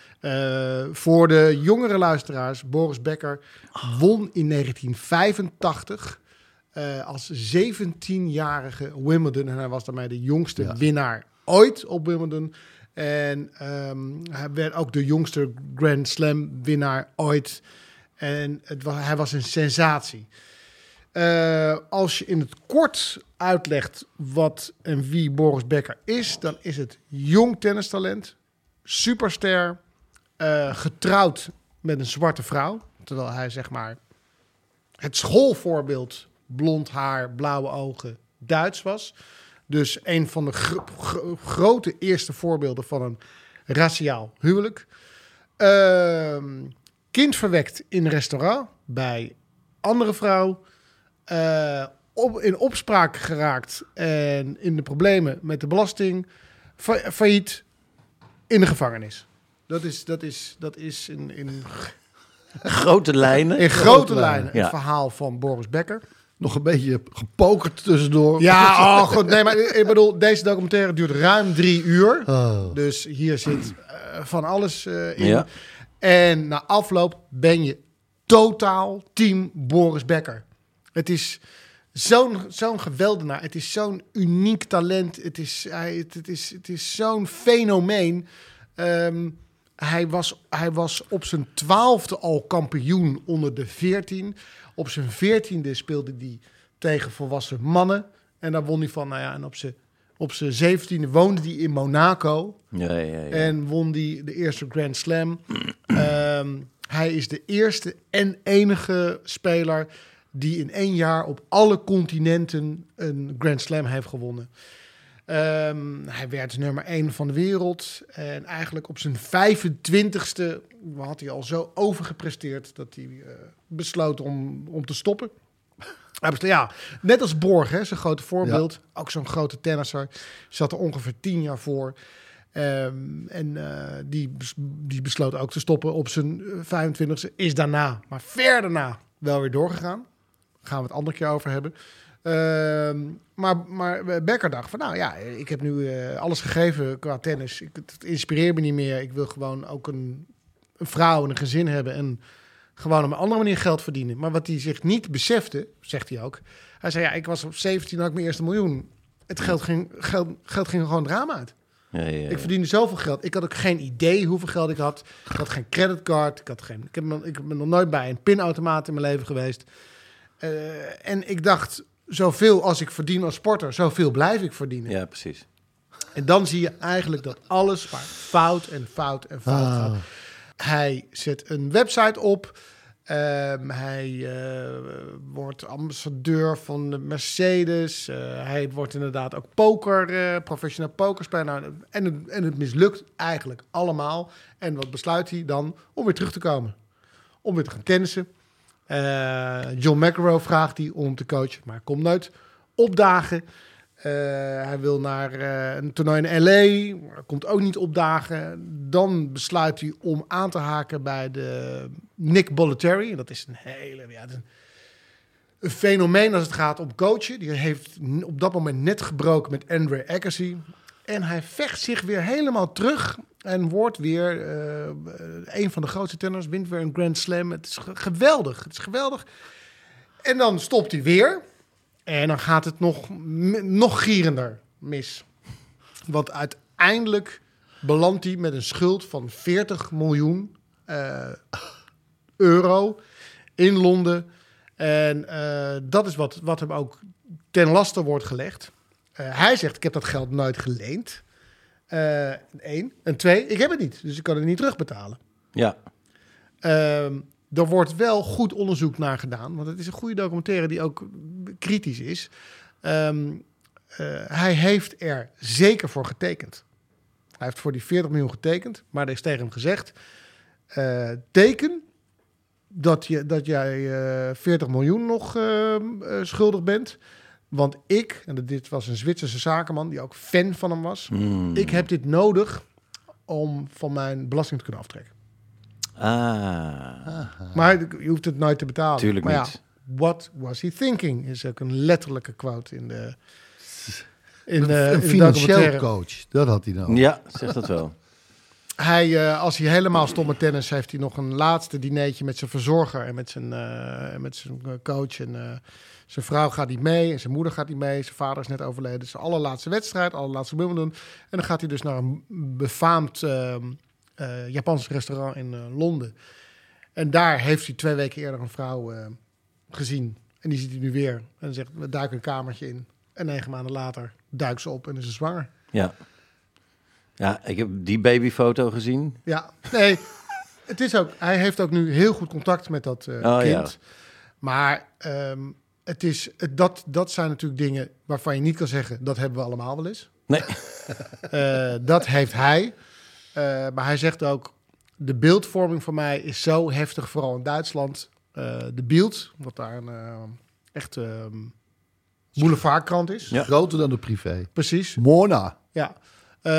Uh, voor de jongere luisteraars, Boris Becker won in negentien vijfentachtig uh, als zeventienjarige Wimbledon. En hij was daarmee de jongste ja. winnaar ooit op Wimbledon. En um, hij werd ook de jongste Grand Slam winnaar ooit. En het was, hij was een sensatie. Uh, als je in het kort uitlegt wat en wie Boris Becker is, dan is het jong tennistalent, superster, uh, getrouwd met een zwarte vrouw. Terwijl hij zeg maar het schoolvoorbeeld, blond haar, blauwe ogen, Duits was. Dus een van de gro- gro- grote eerste voorbeelden van een raciaal huwelijk. Uh, kind verwekt in een restaurant bij andere vrouw. Uh, op, in opspraak geraakt en in de problemen met de belasting, fa- failliet, in de gevangenis. Dat is, dat is, dat is in, in grote lijnen. In grote, grote lijnen het ja. verhaal van Boris Becker. Nog een beetje gepokerd tussendoor. Ja, oh god, nee, maar ik bedoel, deze documentaire duurt ruim drie uur. Oh. Dus hier zit uh, van alles uh, in. Ja. En na afloop ben je totaal team Boris Becker. Het is zo'n, zo'n geweldenaar. Het is zo'n uniek talent. Het is, hij, het, het is, het is zo'n fenomeen. Um, hij, was, hij was op zijn twaalfde al kampioen onder de veertien. Op zijn veertiende speelde hij tegen volwassen mannen. En daar won hij van. Nou ja, en op zijn, op zijn zeventiende woonde hij in Monaco. Ja, ja, ja. En won hij de eerste Grand Slam. um, hij is de eerste en enige speler die in één jaar op alle continenten een Grand Slam heeft gewonnen. Um, hij werd nummer één van de wereld. En eigenlijk op zijn vijfentwintigste had hij al zo overgepresteerd dat hij uh, besloot om, om te stoppen. Hij besloot, ja, net als Borg, hè, zijn grote voorbeeld. Ja. Ook zo'n grote tennisser. Zat er ongeveer tien jaar voor. Um, en uh, die, die besloot ook te stoppen op zijn vijfentwintigste. Is daarna, maar ver daarna, wel weer doorgegaan. Gaan we het andere keer over hebben. Uh, maar, maar Becker dacht van, nou ja, ik heb nu uh, alles gegeven qua tennis. Ik, het inspireert me niet meer. Ik wil gewoon ook een, een vrouw en een gezin hebben en gewoon op een andere manier geld verdienen. Maar wat hij zich niet besefte, zegt hij ook. Hij zei, ja, ik was op zeventien, had ik mijn eerste miljoen. Het geld ging, geld, geld ging er gewoon het raam uit. Ja, ja, ja. Ik verdiende zoveel geld. Ik had ook geen idee hoeveel geld ik had. Ik had geen creditcard. Ik, had geen, ik, heb, ik ben nog nooit bij een pinautomaat in mijn leven geweest. Uh, en ik dacht, zoveel als ik verdien als sporter, zoveel blijf ik verdienen. Ja, precies. En dan zie je eigenlijk dat alles maar fout en fout en fout ah. gaat. Hij zet een website op. Um, hij uh, wordt ambassadeur van de Mercedes. Uh, hij wordt inderdaad ook poker, uh, professioneel pokerspeler. Nou, en, het, en het mislukt eigenlijk allemaal. En wat besluit hij dan? Om weer terug te komen. Om weer te gaan tennissen. Uh, John McEnroe vraagt hij om te coachen, maar hij komt nooit opdagen. Uh, hij wil naar uh, een toernooi in L A, maar komt ook niet opdagen. Dan besluit hij om aan te haken bij de Nick Bollettieri. Dat is een hele, ja, een, een fenomeen als het gaat om coachen. Die heeft op dat moment net gebroken met Andre Agassi. En hij vecht zich weer helemaal terug en wordt weer uh, een van de grootste tenners, wint weer een Grand Slam. Het is geweldig, het is geweldig. En dan stopt hij weer. En dan gaat het nog, nog gierender mis. Want uiteindelijk belandt hij met een schuld van veertig miljoen uh, euro in Londen. En uh, dat is wat, wat hem ook ten laste wordt gelegd. Uh, hij zegt, ik heb dat geld nooit geleend. Uh, Eén. En twee, ik heb het niet. Dus ik kan het niet terugbetalen. Ja. Uh, Er wordt wel goed onderzoek naar gedaan. Want het is een goede documentaire die ook kritisch is. Um, uh, hij heeft er zeker voor getekend. Hij heeft voor die veertig miljoen getekend. Maar er is tegen hem gezegd... Uh, teken dat, je, dat jij uh, veertig miljoen nog uh, uh, schuldig bent. Want ik, en dit was een Zwitserse zakenman... die ook fan van hem was. Mm. Ik heb dit nodig om van mijn belasting te kunnen aftrekken. Ah. Maar je hoeft het nooit te betalen. Tuurlijk maar niet. Ja, what was he thinking? Is ook een letterlijke quote in de in de, een in de financieel coach. Dat had hij nou. Ja, zeg dat wel. Hij, uh, als hij helemaal stond met tennis, heeft hij nog een laatste dinertje met zijn verzorger en met zijn, uh, met zijn coach. En uh, zijn vrouw gaat niet mee en zijn moeder gaat niet mee. Zijn vader is net overleden. Het is de allerlaatste wedstrijd, allerlaatste Wimbledon. En dan gaat hij dus naar een befaamd Uh, Uh, Japans restaurant in uh, Londen. En daar heeft hij twee weken eerder een vrouw uh, gezien. En die ziet hij nu weer. En dan zegt, we duiken een kamertje in. En negen maanden later duikt ze op en is ze zwanger. Ja. Ja, ik heb die babyfoto gezien. Ja, nee. Het is ook, hij heeft ook nu heel goed contact met dat uh, oh, kind. Ja. Maar um, het is, het, dat, dat zijn natuurlijk dingen waarvan je niet kan zeggen... dat hebben we allemaal wel eens. Nee. uh, dat heeft hij... Uh, maar hij zegt ook, de beeldvorming voor mij is zo heftig, vooral in Duitsland. Uh, de Bild, wat daar een uh, echt uh, boulevardkrant is. Ja. Groter dan de privé. Precies. Mona. Ja. Uh,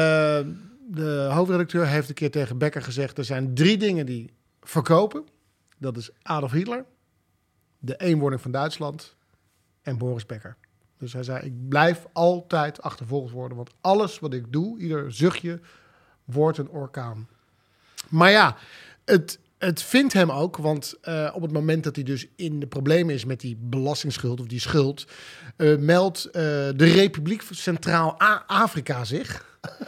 de hoofdredacteur heeft een keer tegen Becker gezegd, er zijn drie dingen die verkopen. Dat is Adolf Hitler, de eenwording van Duitsland en Boris Becker. Dus hij zei, ik blijf altijd achtervolgd worden, want alles wat ik doe, ieder zuchtje... wordt een orkaan. Maar ja, het, het vindt hem ook, want uh, op het moment dat hij dus in de problemen is met die belastingsschuld of die schuld, uh, meldt uh, de Republiek Centraal-Afrika zich.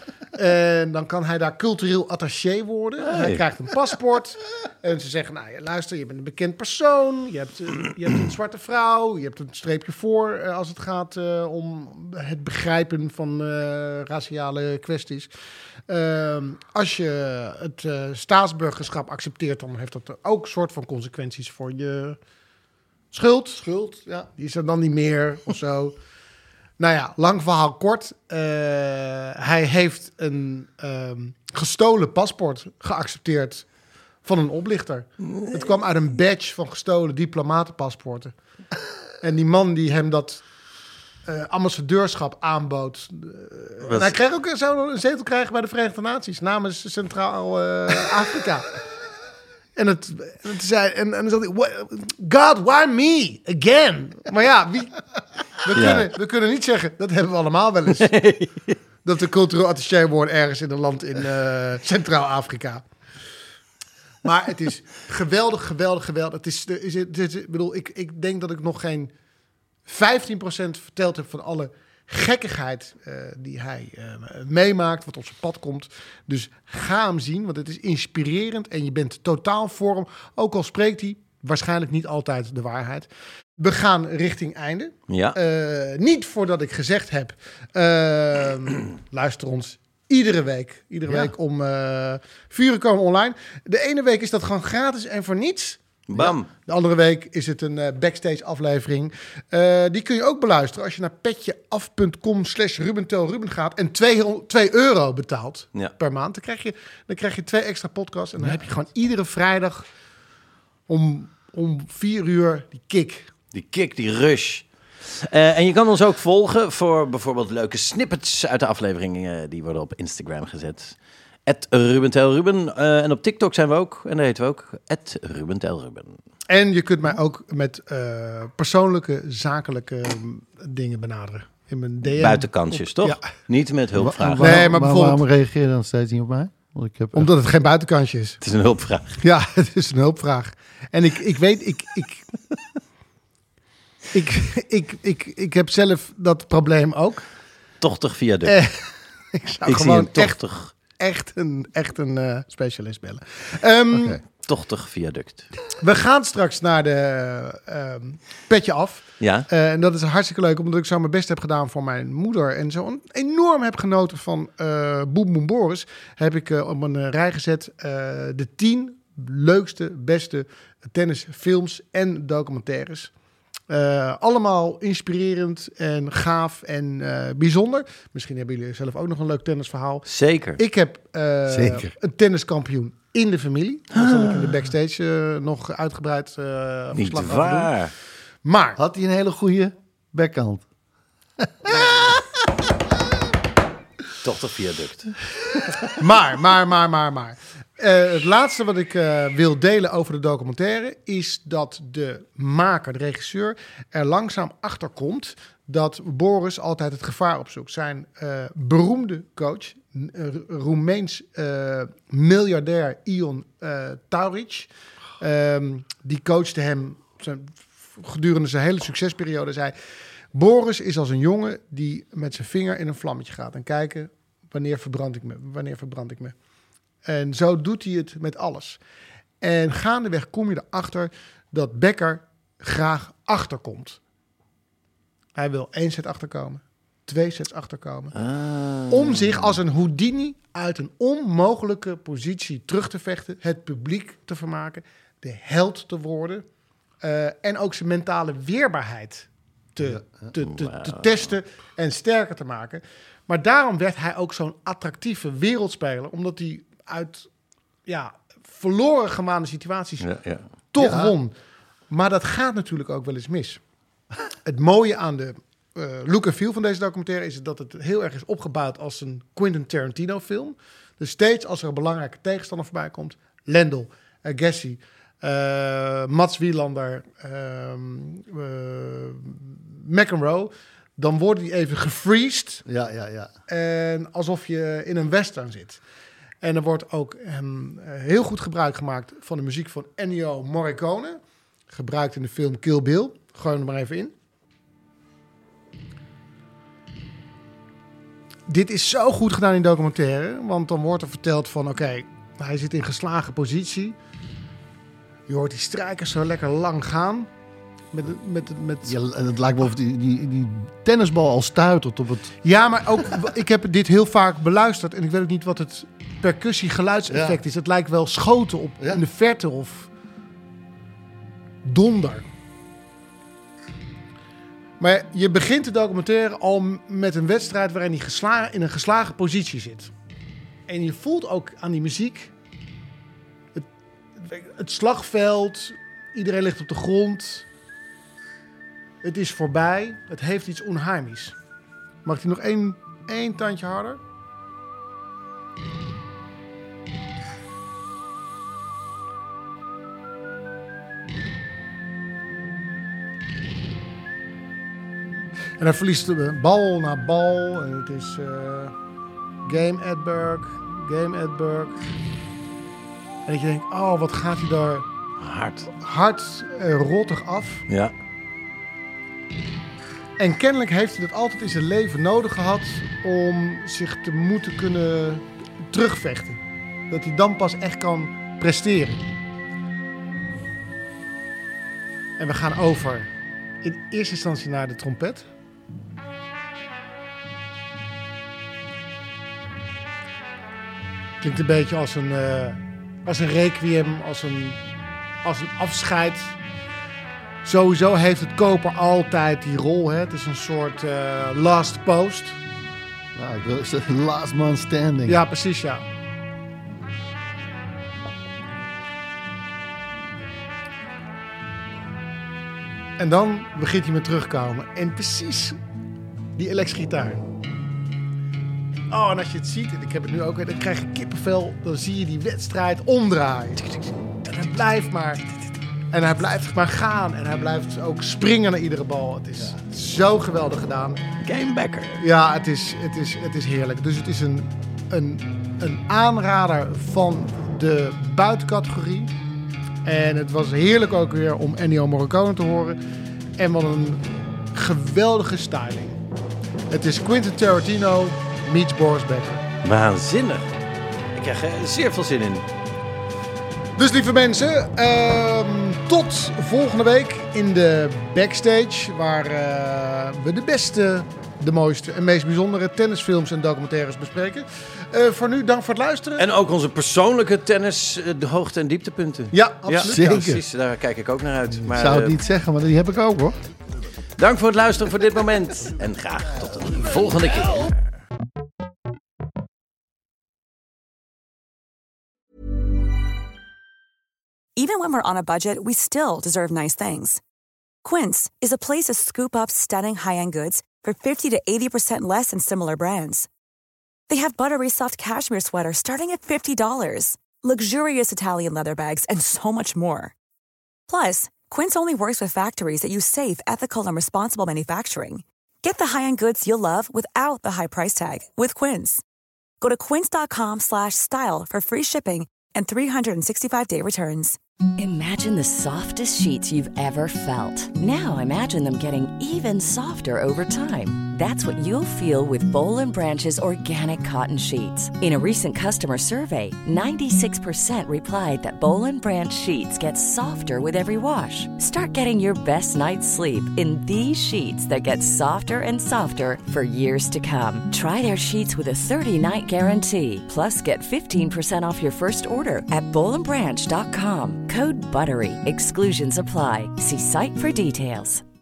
En dan kan hij daar cultureel attaché worden. Hey. Hij krijgt een paspoort. En ze zeggen, nou ja, luister, je bent een bekend persoon. Je hebt, uh, je hebt een zwarte vrouw. Je hebt een streepje voor uh, als het gaat uh, om het begrijpen van uh, raciale kwesties. Uh, als je het uh, staatsburgerschap accepteert, dan heeft dat ook een soort van consequenties voor je schuld. Schuld, ja. Die is er dan niet meer of zo. Nou ja, lang verhaal kort. Uh, hij heeft een um, gestolen paspoort geaccepteerd van een oplichter. Nee. Het kwam uit een badge van gestolen diplomatenpaspoorten. En die man die hem dat uh, ambassadeurschap aanbood. Uh, en hij kreeg ook zou een zetel krijgen bij de Verenigde Naties namens Centraal-Afrika. Uh, en het, het zei en, en dan zat hij, God, why me again? Maar ja, wie, we, ja. Kunnen, we kunnen niet zeggen, dat hebben we allemaal wel eens. Nee. Dat we cultureel attaché worden ergens in een land in uh, Centraal-Afrika. Maar het is geweldig, geweldig, geweldig. Het is, is, het is, ik bedoel, ik, ik denk dat ik nog geen vijftien procent verteld heb van alle gekkigheid uh, die hij uh, meemaakt, wat op zijn pad komt. Dus ga hem zien, want het is inspirerend en je bent totaal voor hem. Ook al spreekt hij waarschijnlijk niet altijd de waarheid. We gaan richting einde. Ja. Uh, niet voordat ik gezegd heb, uh, luister ons iedere week. Iedere ja. week om uh, vier uur komen online. De ene week is dat gewoon gratis en voor niets. Bam. Ja. De andere week is het een uh, backstage aflevering. Uh, die kun je ook beluisteren als je naar petjeaf.com slash Ruben Tel Ruben gaat en twee euro betaalt ja. per maand. Dan krijg, je, dan krijg je twee extra podcasts en dan ja. heb je gewoon iedere vrijdag om, om vier uur die kick. Die kick, die rush. Uh, en je kan ons ook volgen voor bijvoorbeeld leuke snippets uit de afleveringen. Die worden op Instagram gezet. at Ruben Tel Ruben. Uh, en op TikTok zijn we ook. En daar heten we ook at Ruben Tel Ruben. En je kunt mij ook met uh, persoonlijke, zakelijke dingen benaderen. In mijn D M. Buitenkantjes, op, toch? Ja. Niet met hulpvragen. Waar, nee, maar bijvoorbeeld, waarom reageer je dan steeds niet op mij? Want ik heb omdat het geen buitenkantje is. Het is een hulpvraag. Ja, het is een hulpvraag. En ik, ik weet, ik... ik Ik, ik, ik, ik heb zelf dat probleem ook. Tochtig viaduct. Eh, ik zou ik gewoon zie echt, echt een, echt een uh, specialist bellen. Um, okay. Tochtig viaduct. We gaan straks naar de uh, Petje Af. Ja. Uh, en dat is hartstikke leuk, omdat ik zo mijn best heb gedaan voor mijn moeder. En zo enorm heb genoten van uh, Boem Boem Boris. Heb ik uh, op een uh, rij gezet uh, de tien leukste, beste tennisfilms en documentaires. Uh, allemaal inspirerend en gaaf en uh, bijzonder. Misschien hebben jullie zelf ook nog een leuk tennisverhaal. Zeker. Ik heb uh, Zeker. een tenniskampioen in de familie. Dat zal ik in de backstage uh, nog uitgebreid uh, Niet verslag waar. doen. Maar had hij een hele goede backhand. Tochtig viaduct. Maar, maar, maar, maar, maar. Uh, het laatste wat ik uh, wil delen over de documentaire is dat de maker, de regisseur, er langzaam achter komt dat Boris altijd het gevaar opzoekt. Zijn uh, beroemde coach, uh, Roemeens uh, miljardair Ion uh, Tauric, um, die coachte hem zijn, gedurende zijn hele succesperiode. Zei: Boris is als een jongen die met zijn vinger in een vlammetje gaat en kijken wanneer verbrand ik me, wanneer verbrand ik me. En zo doet hij het met alles. En gaandeweg kom je erachter dat Becker graag achterkomt. Hij wil één set achterkomen, twee sets achterkomen. Ah. Om zich als een Houdini uit een onmogelijke positie terug te vechten, het publiek te vermaken, de held te worden uh, en ook zijn mentale weerbaarheid te, te, te, te testen en sterker te maken. Maar daarom werd hij ook zo'n attractieve wereldspeler, omdat hij uit ja, verloren gewaande situaties ja, ja. toch ja. won. Maar dat gaat natuurlijk ook wel eens mis. Het mooie aan de uh, look en feel van deze documentaire is dat het heel erg is opgebouwd als een Quentin Tarantino film. Dus steeds als er een belangrijke tegenstander voorbij komt, Lendl, Agassi, uh, Mats Wielander, uh, uh, McEnroe, dan worden die even gefreezed. Ja, ja, ja. En alsof je in een western zit. En er wordt ook um, heel goed gebruik gemaakt van de muziek van Ennio Morricone. Gebruikt in de film Kill Bill. Gooi hem er maar even in. Dit is zo goed gedaan in documentaire. Want dan wordt er verteld van oké, okay, hij zit in geslagen positie. Je hoort die strijkers zo lekker lang gaan. Met, met, met... Ja, het lijkt wel of die, die, die tennisbal al stuitert op het... Ja, maar ook, ik heb dit heel vaak beluisterd en ik weet ook niet wat het percussie-geluidseffect ja. is. Het lijkt wel schoten op ja. in de verte of donder. Maar je begint de documentaire al met een wedstrijd waarin hij geslagen, in een geslagen positie zit. En je voelt ook aan die muziek het, het slagveld, iedereen ligt op de grond. Het is voorbij. Het heeft iets onheimisch. Mag hij nog één, één tandje harder? En hij verliest de bal na bal. En het is uh, Game Edberg, Game Edberg. En dat je denkt, oh, wat gaat hij daar Hard. hard en rottig af. Ja. En kennelijk heeft hij dat altijd in zijn leven nodig gehad om zich te moeten kunnen terugvechten. Dat hij dan pas echt kan presteren. En we gaan over in eerste instantie naar de trompet. Klinkt een beetje als een, uh, als een requiem, als een, als een afscheid. Sowieso heeft het koper altijd die rol. Hè? Het is een soort uh, last post. Ja, ik wil zeggen last man standing. Ja, precies, ja. En dan begint hij met terugkomen. En precies die elektrische gitaar. Oh, en als je het ziet, en ik heb het nu ook weer, dan krijg je kippenvel. Dan zie je die wedstrijd omdraaien. En hij blijft maar... En hij blijft maar gaan. En hij blijft ook springen naar iedere bal. Het is ja. zo geweldig gedaan. Gamebacker. Ja, het is, het is, het is heerlijk. Dus het is een, een, een aanrader van de buitencategorie. En het was heerlijk ook weer om Ennio Morricone te horen. En wat een geweldige styling. Het is Quentin Tarantino meets Boris Becker. Waanzinnig. Ik krijg er zeer veel zin in. Dus lieve mensen, uh, tot volgende week in de backstage. Waar uh, we de beste, de mooiste en meest bijzondere tennisfilms en documentaires bespreken. Uh, voor nu, dank voor het luisteren. En ook onze persoonlijke tennis, de hoogte- en dieptepunten. Ja, absoluut. Ja, Zeker. ja, precies, daar kijk ik ook naar uit. Maar, ik zou het uh, niet zeggen, maar die heb ik ook hoor. Dank voor het luisteren voor dit moment. En graag tot de volgende keer. Even when we're on a budget, we still deserve nice things. Quince is a place to scoop up stunning high-end goods for fifty to eighty percent less than similar brands. They have buttery soft cashmere sweaters starting at fifty dollars, luxurious Italian leather bags, and so much more. Plus, Quince only works with factories that use safe, ethical, and responsible manufacturing. Get the high-end goods you'll love without the high price tag with Quince. Go to quince.com slash style for free shipping and three sixty-five day returns. Imagine the softest sheets you've ever felt. Now imagine them getting even softer over time. That's what you'll feel with Boll and Branch's organic cotton sheets. In a recent customer survey, ninety-six percent replied that Boll and Branch sheets get softer with every wash. Start getting your best night's sleep in these sheets that get softer and softer for years to come. Try their sheets with a thirty-night guarantee. Plus, get fifteen percent off your first order at boll and branch dot com. Code BUTTERY. Exclusions apply. See site for details.